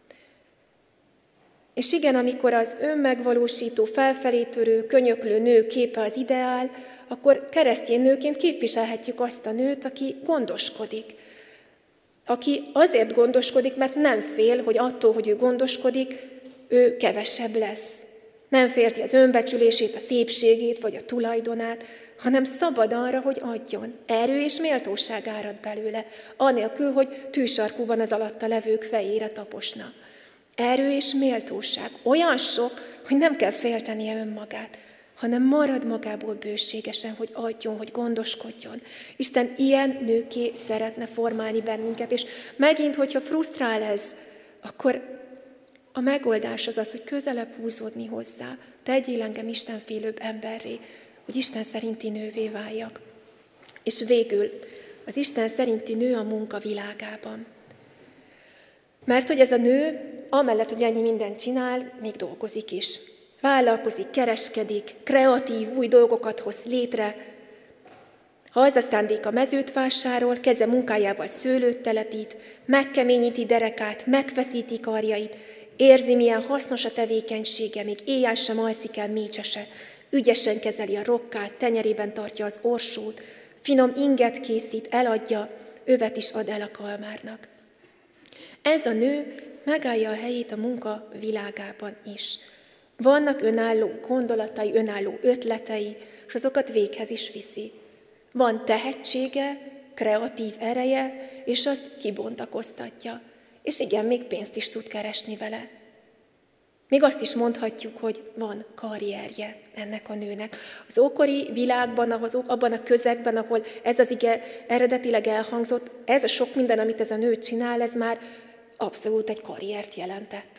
És igen, amikor az önmegvalósító, felfelé törő, könyöklő nő képe az ideál, akkor keresztény nőként képviselhetjük azt a nőt, aki gondoskodik. Aki azért gondoskodik, mert nem fél, hogy attól, hogy ő gondoskodik, ő kevesebb lesz. Nem félti az önbecsülését, a szépségét vagy a tulajdonát, hanem szabad arra, hogy adjon. Erő és méltóság árad belőle, anélkül, hogy tűsarkúban az alatta levők fejére taposna. Erő és méltóság olyan sok, hogy nem kell féltenie önmagát, hanem marad magából bőségesen, hogy adjon, hogy gondoskodjon. Isten ilyen nőké szeretne formálni bennünket, és megint, hogyha frusztrál ez, akkor a megoldás az az, hogy közelebb húzódni hozzá. Tegyél engem istenfélőbb emberré, hogy Isten szerinti nővé váljak. És végül az Isten szerinti nő a munka világában. Mert hogy ez a nő, amellett, hogy ennyi mindent csinál, még dolgozik is. Vállalkozik, kereskedik, kreatív, új dolgokat hoz létre. Ha az a szándéka, mezőt vásárol, keze munkájával szőlőt telepít, megkeményíti derekát, megfeszíti karjait, érzi, milyen hasznos a tevékenysége, még éjjel sem alszik el mécsese, ügyesen kezeli a rokkát, tenyerében tartja az orsót, finom inget készít, eladja, övet is ad el a kalmárnak. Ez a nő megállja a helyét a munka világában is. Vannak önálló gondolatai, önálló ötletei, és azokat véghez is viszi. Van tehetsége, kreatív ereje, és azt kibontakoztatja. És igen, még pénzt is tud keresni vele. Még azt is mondhatjuk, hogy van karrierje ennek a nőnek. Az ókori világban, abban a közegben, ahol ez az ige eredetileg elhangzott, ez a sok minden, amit ez a nő csinál, ez már abszolút egy karriert jelentett.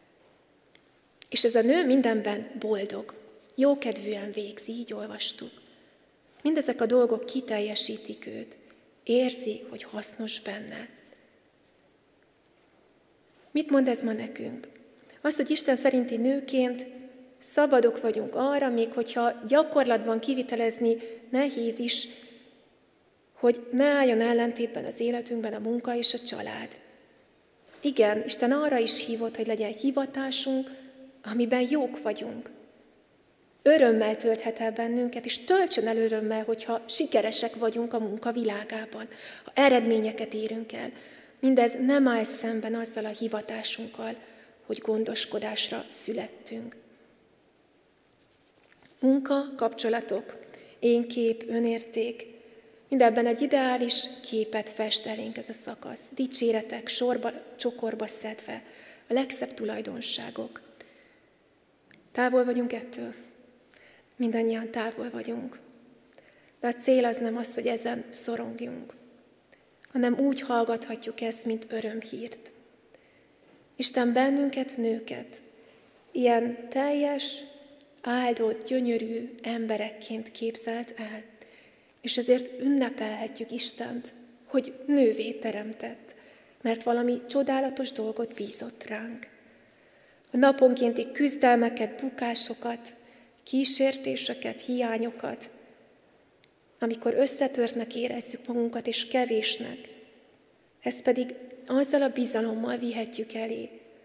És ez a nő mindenben boldog, jókedvűen végzi, így olvastuk. Mindezek a dolgok kiteljesítik őt, érzi, hogy hasznos benne. Mit mond ez ma nekünk? Azt, hogy Isten szerinti nőként szabadok vagyunk arra, még hogyha gyakorlatban kivitelezni nehéz is, hogy ne álljon ellentétben az életünkben a munka és a család. Igen, Isten arra is hívott, hogy legyen hivatásunk, amiben jók vagyunk. Örömmel tölthet el bennünket, és töltsön el örömmel, hogyha sikeresek vagyunk a munka világában, ha eredményeket érünk el. Mindez nem áll szemben azzal a hivatásunkkal, hogy gondoskodásra születtünk. Munka, kapcsolatok, énkép, önérték, mindebben egy ideális képet fest elénk ez a szakasz. Dicséretek sorba, csokorba szedve, a legszebb tulajdonságok. Távol vagyunk ettől? Mindannyian távol vagyunk. De a cél az nem az, hogy ezen szorongjunk, hanem úgy hallgathatjuk ezt, mint örömhírt. Isten bennünket, nőket, ilyen teljes, áldott, gyönyörű emberekként képzelt el, és ezért ünnepelhetjük Istent, hogy nővé teremtett, mert valami csodálatos dolgot bízott ránk. A naponkénti küzdelmeket, bukásokat, kísértéseket, hiányokat, amikor összetörtnek érezzük magunkat és kevésnek, ezt pedig azzal a bizalommal vihetjük elé,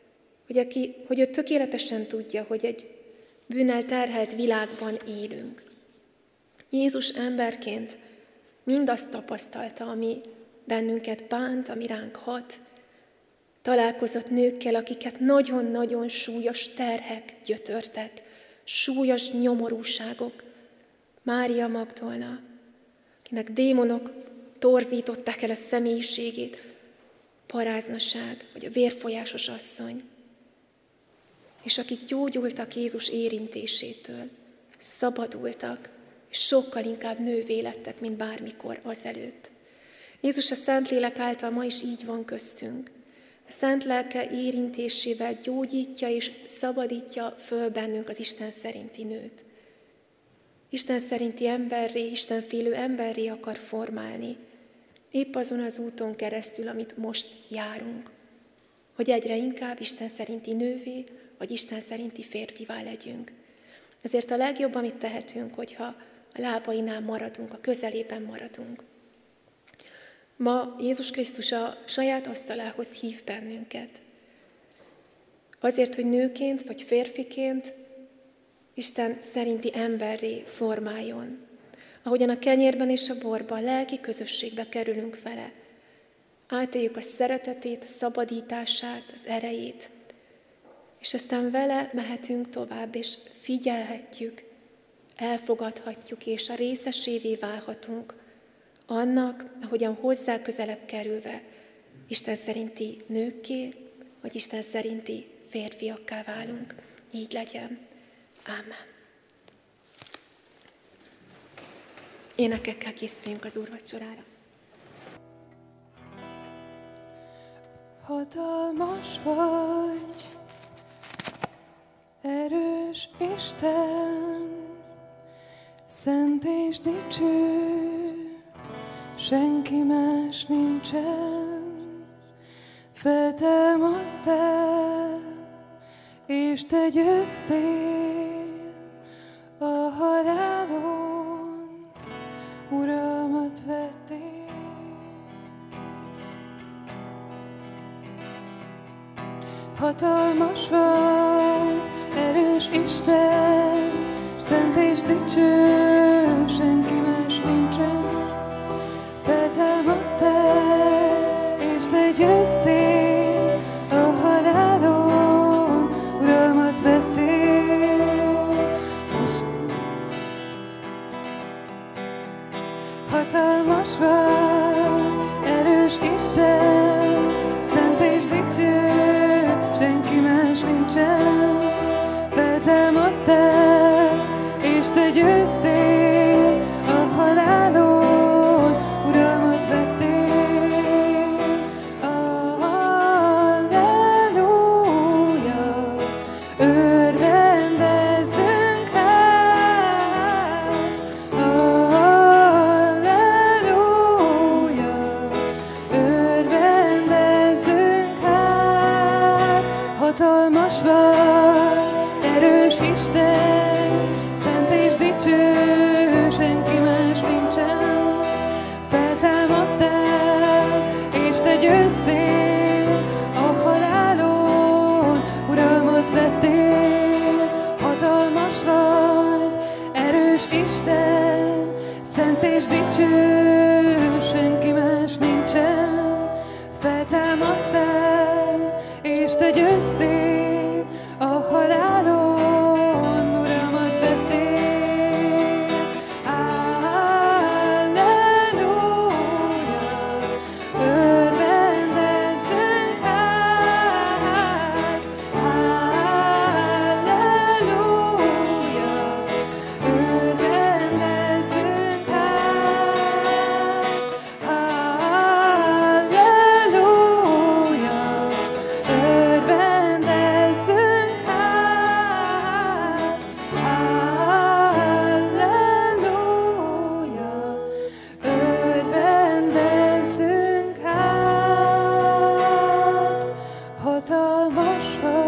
hogy, aki, hogy ő tökéletesen tudja, hogy egy bűnnel terhelt világban élünk. Jézus emberként mindazt tapasztalta, ami bennünket bánt, ami ránk hat. Találkozott nőkkel, akiket nagyon-nagyon súlyos terhek gyötörtek, súlyos nyomorúságok. Mária Magdolna, akinek démonok torzították el a személyiségét, paráznaság, vagy a vérfolyásos asszony, és akik gyógyultak Jézus érintésétől, szabadultak, és sokkal inkább nővé lettek, mint bármikor azelőtt. Jézus a Szentlélek által ma is így van köztünk. A Szent Lelke érintésével gyógyítja és szabadítja föl bennünk az Isten szerinti nőt. Isten szerinti emberré, Istenfélő emberré akar formálni, épp azon az úton keresztül, amit most járunk, hogy egyre inkább Isten szerinti nővé, vagy Isten szerinti férfivá legyünk. Ezért a legjobb, amit tehetünk, hogyha a lábainál maradunk, a közelében maradunk. Ma Jézus Krisztus a saját asztalához hív bennünket. Azért, hogy nőként vagy férfiként Isten szerinti emberré formáljon. Ahogyan a kenyérben és a borban, lelki közösségbe kerülünk vele. Átéljük a szeretetét, a szabadítását, az erejét, és aztán vele mehetünk tovább, és figyelhetjük, elfogadhatjuk, és a részesévé válhatunk annak, ahogyan hozzá közelebb kerülve Isten szerinti nőkké, vagy Isten szerinti férfiakká válunk. Így legyen. Ámen. Énekekkel készüljünk az úrvacsorára. Hatalmas vagy, erős Isten, szent és dicső, senki más nincsen. Feltámadtál, és te győztél a halálon, uralmat vettél. Hatalmas vagy, erős Isten, szent és dicső, senki más nincsen. Feltámadtál, és te győztél a halálon, uralmat vettél. Hatalmas vagy, erős Isten, szent és dicső, senki más nincsen. Feltámadtál, és te győztél a halálon, uralmat vettél. Alleluja, örvendezzünk hát. Alleluja, örvendezzünk hát. Hatalmas vagy, erős Isten, szent és dicső, senki más nincsen. Feltámadtál, és te győztél a halálon, uralmat vettél. Hatalmas vagy, erős Isten, szent és dicső, senki más nincsen. Feltámadtál, és te győztél a halálon, uralmat vettél. Alleluja, örvendezzünk hát. Alleluja, örvendezzünk hát. Alleluja, örvendezzünk hát. Alleluja, örvendezzünk hát. Hatalmas vagy.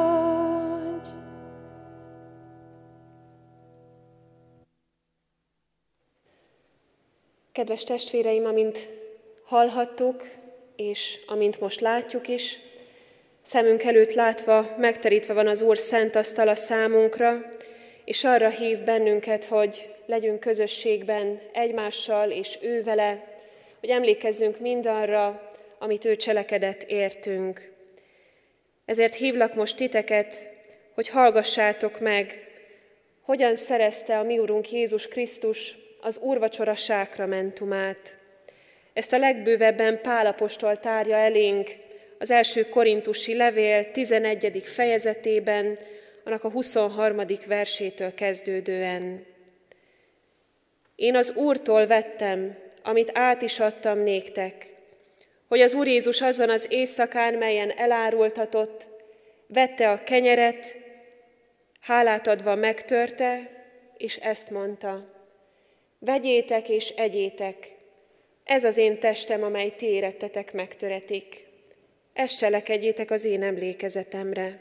Kedves testvéreim, amint hallhattuk, és amint most látjuk is, Szemünk előtt látva, megterítve van az Úr szent asztala számunkra, és arra hív bennünket, hogy legyünk közösségben egymással és ő vele, hogy emlékezzünk mindarra, amit ő cselekedett értünk. Ezért hívlak most titeket, hogy hallgassátok meg, hogyan szerezte a mi Urunk Jézus Krisztus az úrvacsora sákramentumát. Ezt a legbővebben Pál apostol tárja elénk az első korintusi levél tizenegyedik fejezetében, annak a huszonharmadik versétől kezdődően. Én az Úrtól vettem, amit át is adtam néktek, hogy az Úr Jézus azon az éjszakán, melyen elárultatott, vette a kenyeret, hálát adva megtörte, és ezt mondta: vegyétek és egyétek, ez az én testem, amely ti érettetek megtöretik. Ezt cselekedjétek az én emlékezetemre.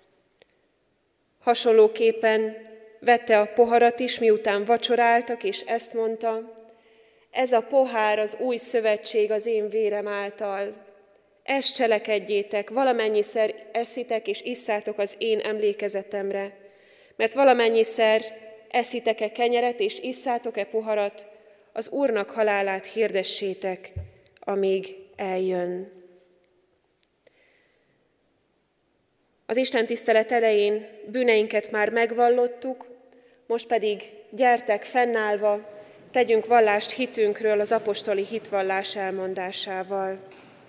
Hasonlóképpen vette a poharat is, miután vacsoráltak, és ezt mondta: ez a pohár az új szövetség az én vérem által. Ezt cselekedjétek, valamennyiszer eszitek és isszátok az én emlékezetemre. Mert valamennyiszer eszitek-e kenyeret és isszátok-e poharat, az Úrnak halálát hirdessétek, amíg eljön. Az Isten tisztelet elején bűneinket már megvallottuk, most pedig gyertek fennállva, tegyünk vallást hitünkről az apostoli hitvallás elmondásával.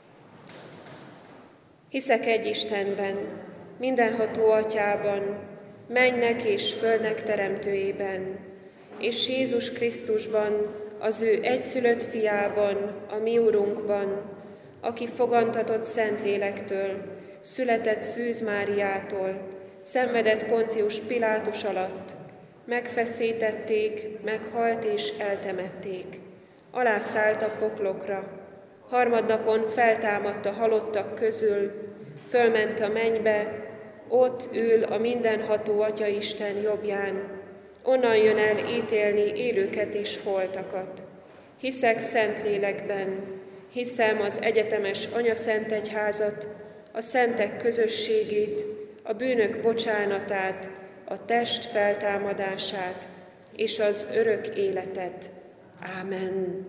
Hiszek egy Istenben, mindenható Atyában, mennynek és földnek teremtőjében, és Jézus Krisztusban, az ő egyszülött fiában, a mi Urunkban, aki fogantatott Szentlélektől, született Szűz Máriától, szenvedett Poncius Pilátus alatt, megfeszítették, meghalt és eltemették, alászállt a poklokra, harmadnapon feltámadt a halottak közül, fölment a mennybe, ott ül a mindenható Atyaisten jobbján, onnan jön el ítélni élőket és holtakat. Hiszek Szentlélekben, hiszem az egyetemes Anyaszentegyházat, a szentek közösségét, a bűnök bocsánatát, a test feltámadását és az örök életet. Ámen.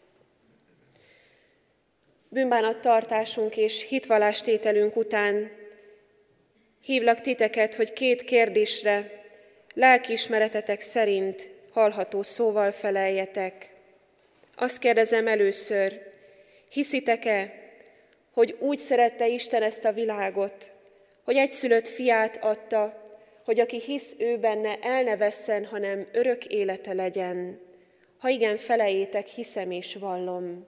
Bűnbánattartásunk és hitvallástételünk után hívlak titeket, hogy két kérdésre lelkiismeretetek szerint hallható szóval feleljetek. Azt kérdezem először, hiszitek-e, hogy úgy szerette Isten ezt a világot, hogy egyszülött fiát adta, hogy aki hisz ő benne, el ne vesszen, hanem örök élete legyen? Ha igen, feleljétek, hiszem és vallom.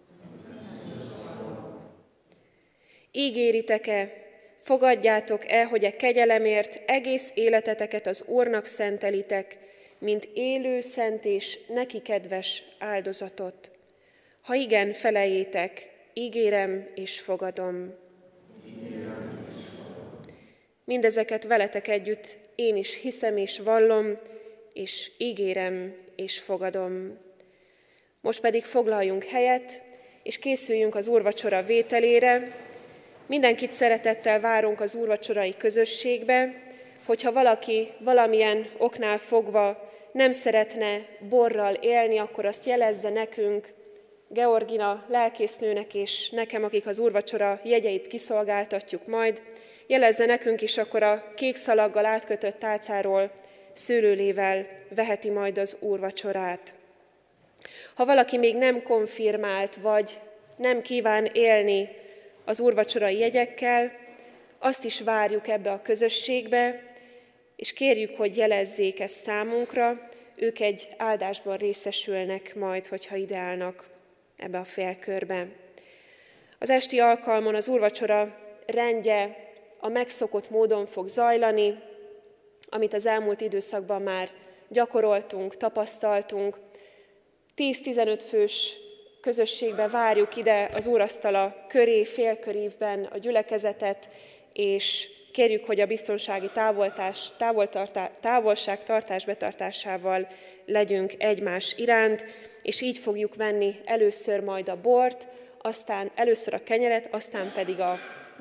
Ígéritek-e, fogadjátok-e, hogy a kegyelemért egész életeteket az Úrnak szentelitek, mint élő, szent és neki kedves áldozatot? Ha igen, feleljétek, ígérem és fogadom. Mindezeket veletek együtt én is hiszem és vallom, és ígérem és fogadom. Most pedig foglaljunk helyet, és készüljünk az úrvacsora vételére. Mindenkit szeretettel várunk az úrvacsorai közösségbe, hogyha valaki valamilyen oknál fogva nem szeretne borral élni, akkor azt jelezze nekünk, Georgina lelkésznőnek és nekem, akik az úrvacsora jegyeit kiszolgáltatjuk majd, jelezze nekünk is, akkor a kék szalaggal átkötött tálcáról szőlőlével veheti majd az úrvacsorát. Ha valaki még nem konfirmált, vagy nem kíván élni az úrvacsorai jegyekkel, azt is várjuk ebbe a közösségbe, és kérjük, hogy jelezzék ezt számunkra, ők egy áldásban részesülnek majd, hogyha ideálnak ebbe a félkörbe. Az esti alkalmon az úrvacsora rendje a megszokott módon fog zajlani, amit az elmúlt időszakban már gyakoroltunk, tapasztaltunk. tíz-tizenöt fős közösségbe várjuk ide az úrasztala köré, félkörívben a gyülekezetet, és kérjük, hogy a biztonsági távoltás, távoltartá, távolságtartás betartásával legyünk egymás iránt, és így fogjuk venni először majd a bort, aztán először a kenyeret, aztán pedig a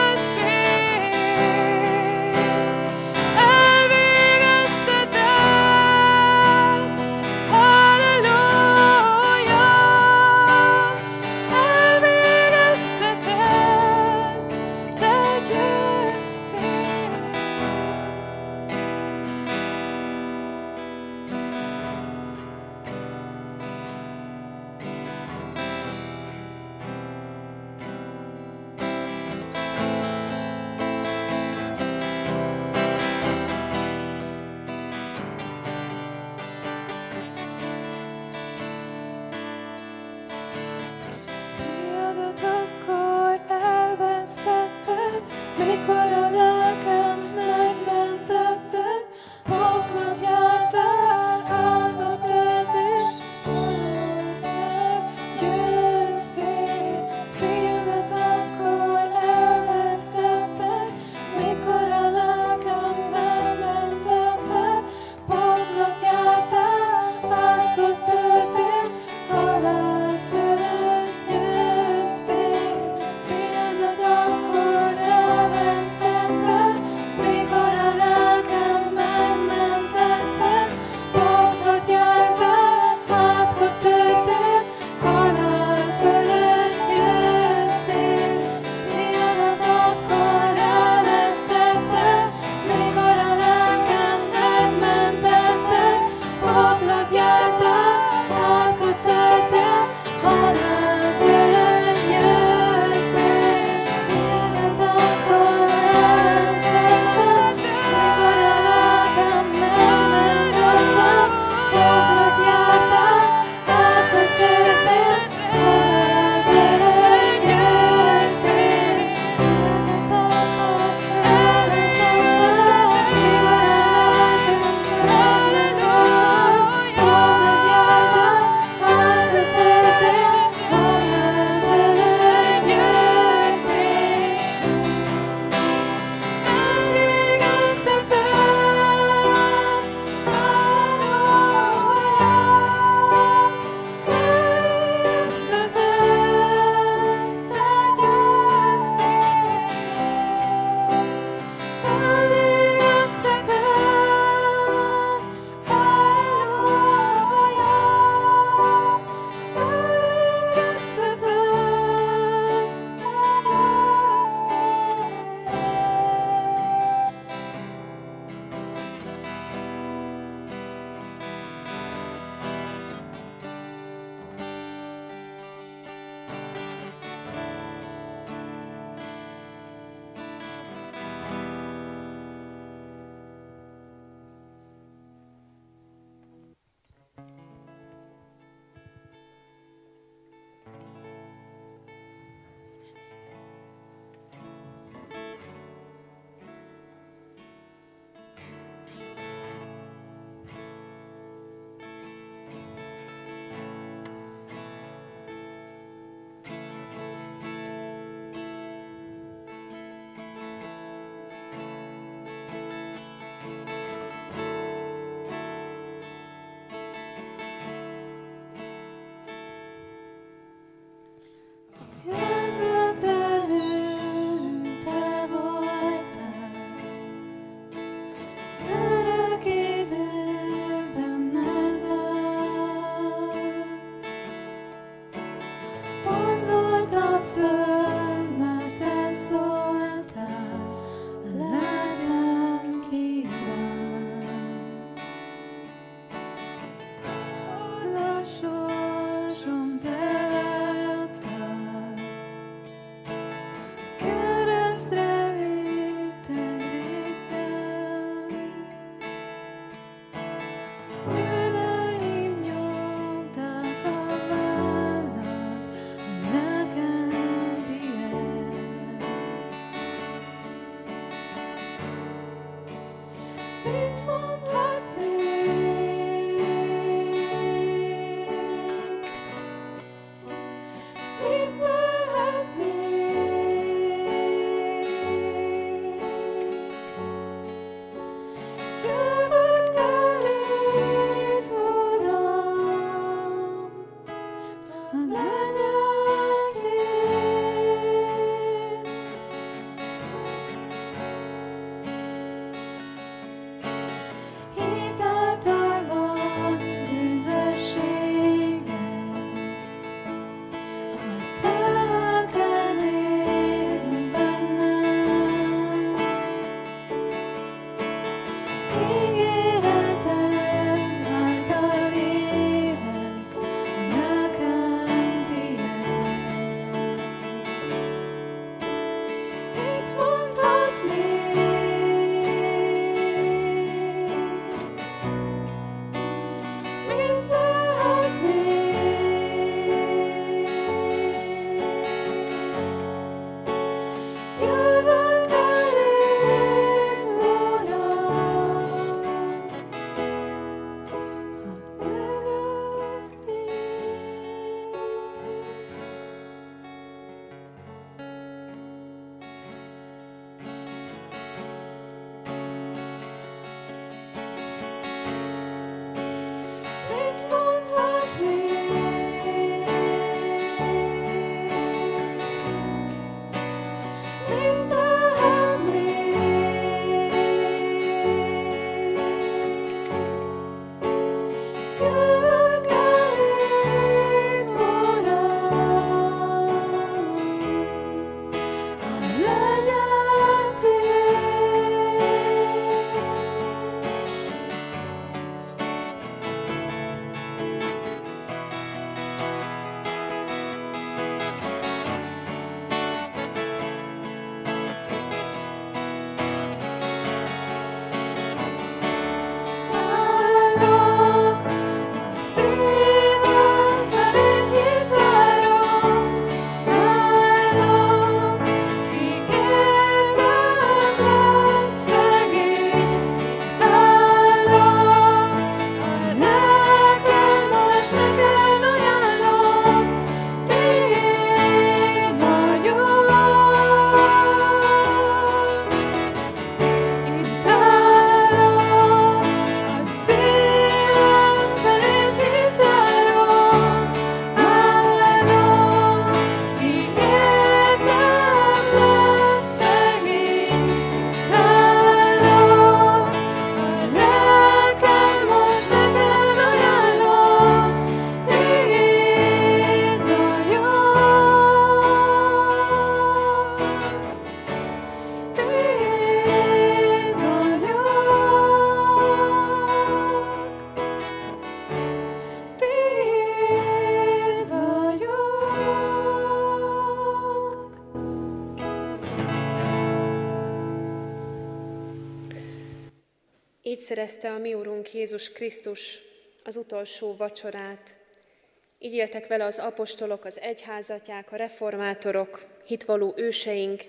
Így szerezte a mi Urunk Jézus Krisztus az utolsó vacsorát. Így éltek vele az apostolok, az egyházatják, a reformátorok, hitvalló őseink,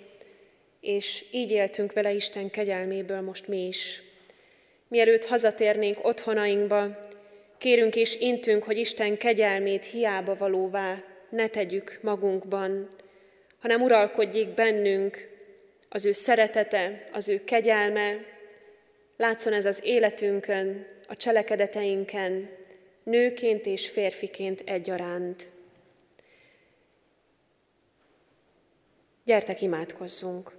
és így éltünk vele Isten kegyelméből most mi is. Mielőtt hazatérnénk otthonainkba, kérünk és intünk, hogy Isten kegyelmét hiába valóvá ne tegyük magunkban, hanem uralkodjék bennünk az ő szeretete, az ő kegyelme, látszon ez az életünkön, a cselekedeteinken, nőként és férfiként egyaránt. Gyertek, imádkozzunk!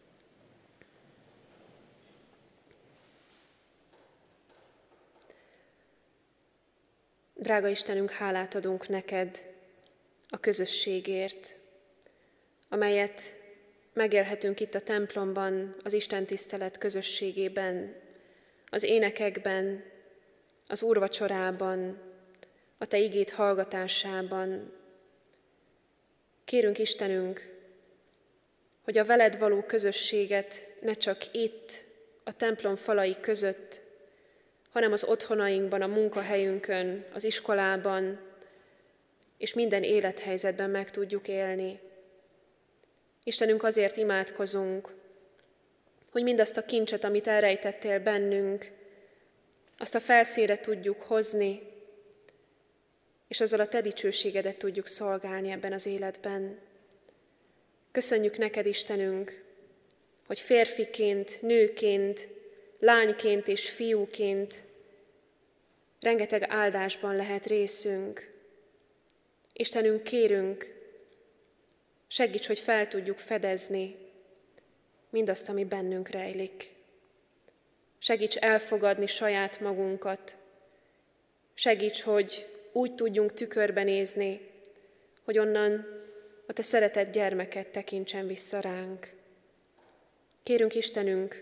Drága Istenünk, hálát adunk neked a közösségért, amelyet megélhetünk itt a templomban, az istentisztelet közösségében, az énekekben, az úrvacsorában, a te igét hallgatásában. Kérünk Istenünk, hogy a veled való közösséget ne csak itt, a templom falai között, hanem az otthonainkban, a munkahelyünkön, az iskolában, és minden élethelyzetben meg tudjuk élni. Istenünk, azért imádkozunk, hogy mindazt a kincset, amit elrejtettél bennünk, azt a felszínre tudjuk hozni, és azzal a te dicsőségedet tudjuk szolgálni ebben az életben. Köszönjük neked, Istenünk, hogy férfiként, nőként, lányként és fiúként rengeteg áldásban lehet részünk. Istenünk, kérünk, segíts, hogy fel tudjuk fedezni mindazt, ami bennünk rejlik. Segíts elfogadni saját magunkat. Segíts, hogy úgy tudjunk tükörbe nézni, hogy onnan a te szeretett gyermeket tekintsen vissza ránk. Kérünk, Istenünk,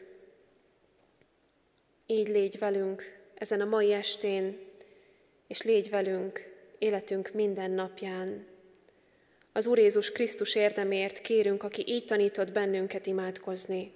így légy velünk ezen a mai estén, és légy velünk életünk minden napján. Az Úr Jézus Krisztus érdemért kérünk, aki így tanított bennünket imádkozni.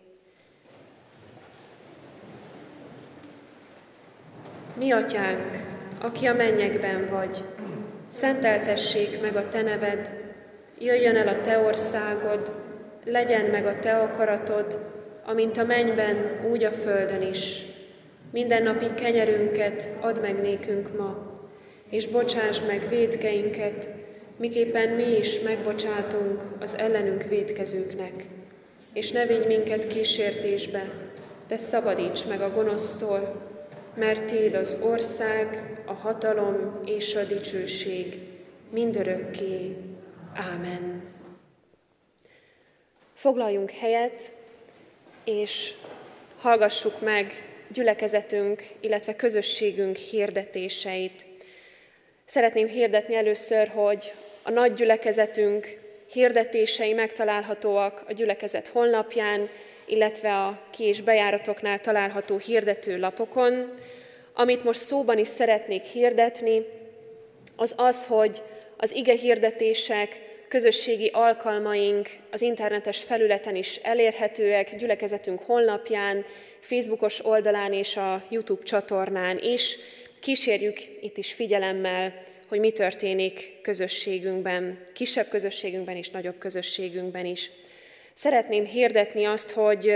Mi atyánk, aki a mennyekben vagy, szenteltessék meg a te neved, jöjjön el a te országod, legyen meg a te akaratod, amint a mennyben, úgy a földön is. Mindennapi kenyerünket add meg nékünk ma, és bocsáss meg vétkeinket, miképpen mi is megbocsátunk az ellenünk vétkezőknek. És ne vigy minket kísértésbe, de szabadíts meg a gonosztól, mert Téd az ország, a hatalom és a dicsőség mindörökké. Ámen. Foglaljunk helyet, és hallgassuk meg gyülekezetünk, illetve közösségünk hirdetéseit. Szeretném hirdetni először, hogy a nagy gyülekezetünk hirdetései megtalálhatóak a gyülekezet honlapján, illetve a ki- és bejáratoknál található hirdetőlapokon. Amit most szóban is szeretnék hirdetni, az az, hogy az ige hirdetések, közösségi alkalmaink az internetes felületen is elérhetőek, gyülekezetünk honlapján, Facebookos oldalán és a YouTube csatornán is. Kísérjük itt is figyelemmel, hogy mi történik közösségünkben, kisebb közösségünkben és nagyobb közösségünkben is. Szeretném hirdetni azt, hogy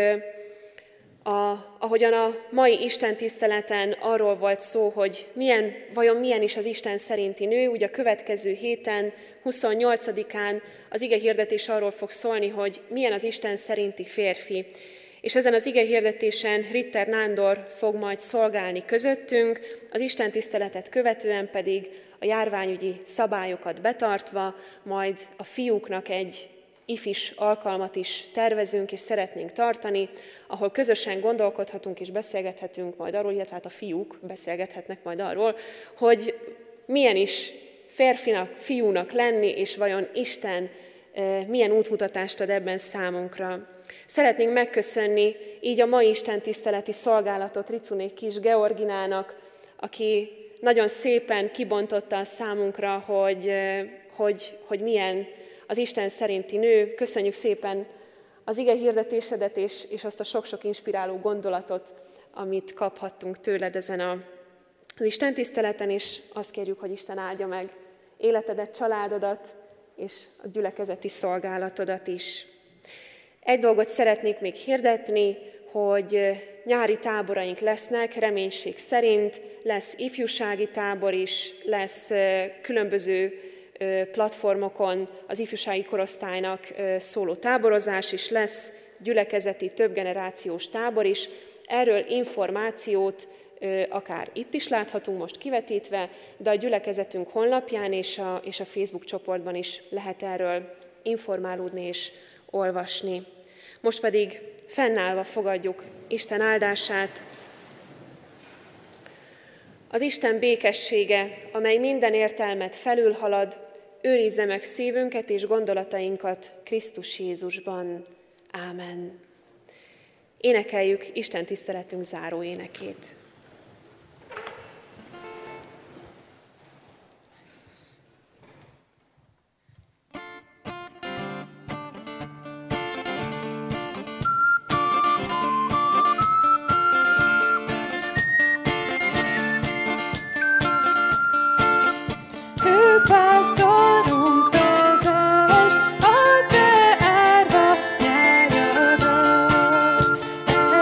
a, ahogyan a mai Isten tiszteleten arról volt szó, hogy milyen, vajon milyen is az Isten szerinti nő, úgy a következő héten, huszonnyolcadikán az ige hirdetés arról fog szólni, hogy milyen az Isten szerinti férfi. És ezen az ige hirdetésen Ritter Nándor fog majd szolgálni közöttünk, az Isten tiszteletet követően pedig a járványügyi szabályokat betartva, majd a fiúknak egy ifis alkalmat is tervezünk és szeretnénk tartani, ahol közösen gondolkodhatunk és beszélgethetünk majd arról, illetve hát a fiúk beszélgethetnek majd arról, hogy milyen is férfinak, fiúnak lenni, és vajon Isten milyen útmutatást ad ebben számunkra. Szeretnénk megköszönni így a mai Isten tiszteleti szolgálatot Ricuné Kis Georginának, aki nagyon szépen kibontotta a számunkra, hogy, hogy, hogy milyen az Isten szerinti nő. Köszönjük szépen az ige hirdetésedet és, és azt a sok-sok inspiráló gondolatot, amit kaphattunk tőled ezen a, az Isten tiszteleten, és azt kérjük, hogy Isten áldja meg életedet, családodat és a gyülekezeti szolgálatodat is. Egy dolgot szeretnék még hirdetni, hogy nyári táboraink lesznek, reménység szerint lesz ifjúsági tábor is, lesz különböző platformokon az ifjúsági korosztálynak szóló táborozás is, lesz gyülekezeti többgenerációs tábor is. Erről információt akár itt is láthatunk most kivetítve, de a gyülekezetünk honlapján és a, és a Facebook csoportban is lehet erről informálódni és olvasni. Most pedig fennállva fogadjuk Isten áldását. Az Isten békessége, amely minden értelmet felülhalad, őrizze meg szívünket és gondolatainkat Krisztus Jézusban. Ámen. Énekeljük Isten tiszteletünk záró énekét. Pásztorunk vezess a te árva nyájadra,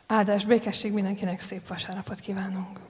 Áldás, békesség mindenkinek, szép vasárnapot kívánunk!